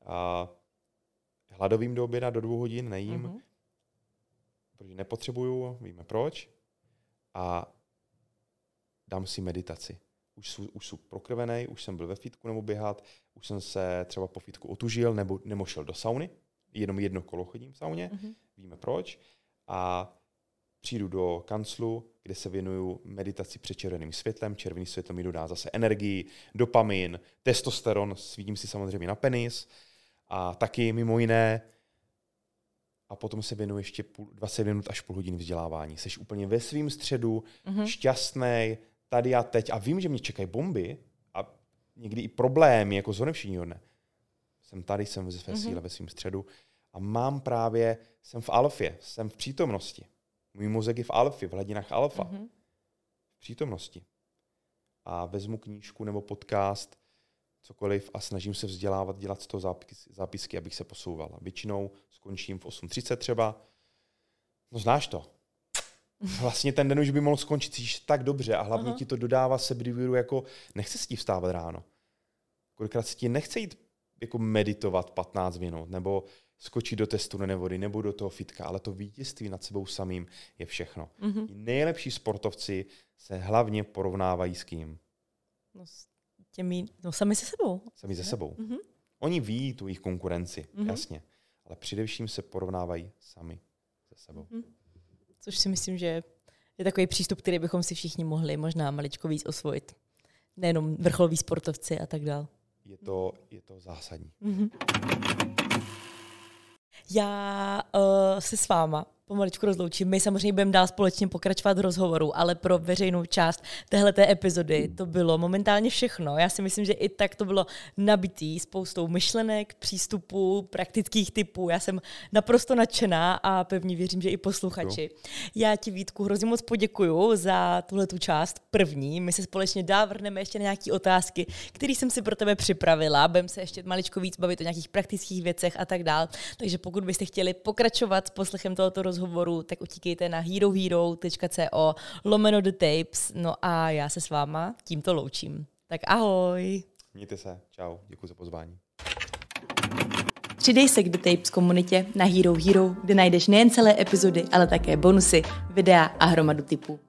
hladovým do oběda do 2 hodin nejím, protože nepotřebuju, víme proč, a dám si meditaci. Už jsem prokrvený, už jsem byl ve fitku nebo běhat, už jsem se třeba po fitku otužil nebo šel do sauny, jenom 1 kolo chodím v sauně, víme proč, a přijdu do kanclu, kde se věnuju meditaci před červeným světlem. Červený světlo mi dodá zase energii, dopamin, testosteron, svítím si samozřejmě na penis a taky mimo jiné. A potom se věnuju ještě 20 minut až půl hodiny vzdělávání. Seš úplně ve svém středu, šťastnej, tady a teď. A vím, že mě čekají bomby a někdy i problémy, jako z dnešního dne. Jsem tady, jsem ve své síle, ve svém středu a jsem v alfě, jsem v přítomnosti. Můj mozek je v alfě, v hladinách alfa. V přítomnosti. A vezmu knížku nebo podcast, cokoliv a snažím se vzdělávat, dělat z toho zápisky, abych se posouval. A většinou skončím v 8:30 třeba. No znáš to. Vlastně ten den už by mohl skončit, cítíš tak dobře a hlavně ti to dodává sebedůvěru, jako nechce si ti vstávat ráno. Kolikrát si ti nechce jít jako meditovat 15 minut, nebo skočit do té studené vody, nebo do toho fitka, ale to vítězství nad sebou samým je všechno. Nejlepší sportovci se hlavně porovnávají s kým? Sami se sebou. Sami se sebou. Oni ví tu jejich konkurenci, jasně, ale především se porovnávají sami se sebou. Což si myslím, že je takový přístup, který bychom si všichni mohli možná maličko víc osvojit. Nejenom vrcholoví sportovci a tak dál. Je to zásadní. Já se s váma pomaličku rozloučím. My samozřejmě budeme dál společně pokračovat v rozhovoru, ale pro veřejnou část téhleté epizody to bylo momentálně všechno. Já si myslím, že i tak to bylo nabitý spoustou myšlenek, přístupů, praktických tipů. Já jsem naprosto nadšená a pevně věřím, že i posluchači. Já ti, Vítku, hrozně moc poděkuju za tuhletu část první. My se společně dál vrhneme ještě na nějaké otázky, které jsem si pro tebe připravila. Budeme se ještě maličko víc bavit o nějakých praktických věcech a tak dál. Takže pokud byste chtěli pokračovat s poslechem tohoto rozhovoru, tak utíkejte na herohero.co/The Tapes. No a já se s váma tímto loučím. Tak ahoj. Mějte se. Čau. Děkuji za pozvání. Přidej se k The Tapes komunitě na Hero Hero, kde najdeš nejen celé epizody, ale také bonusy, videa a hromadu tipů.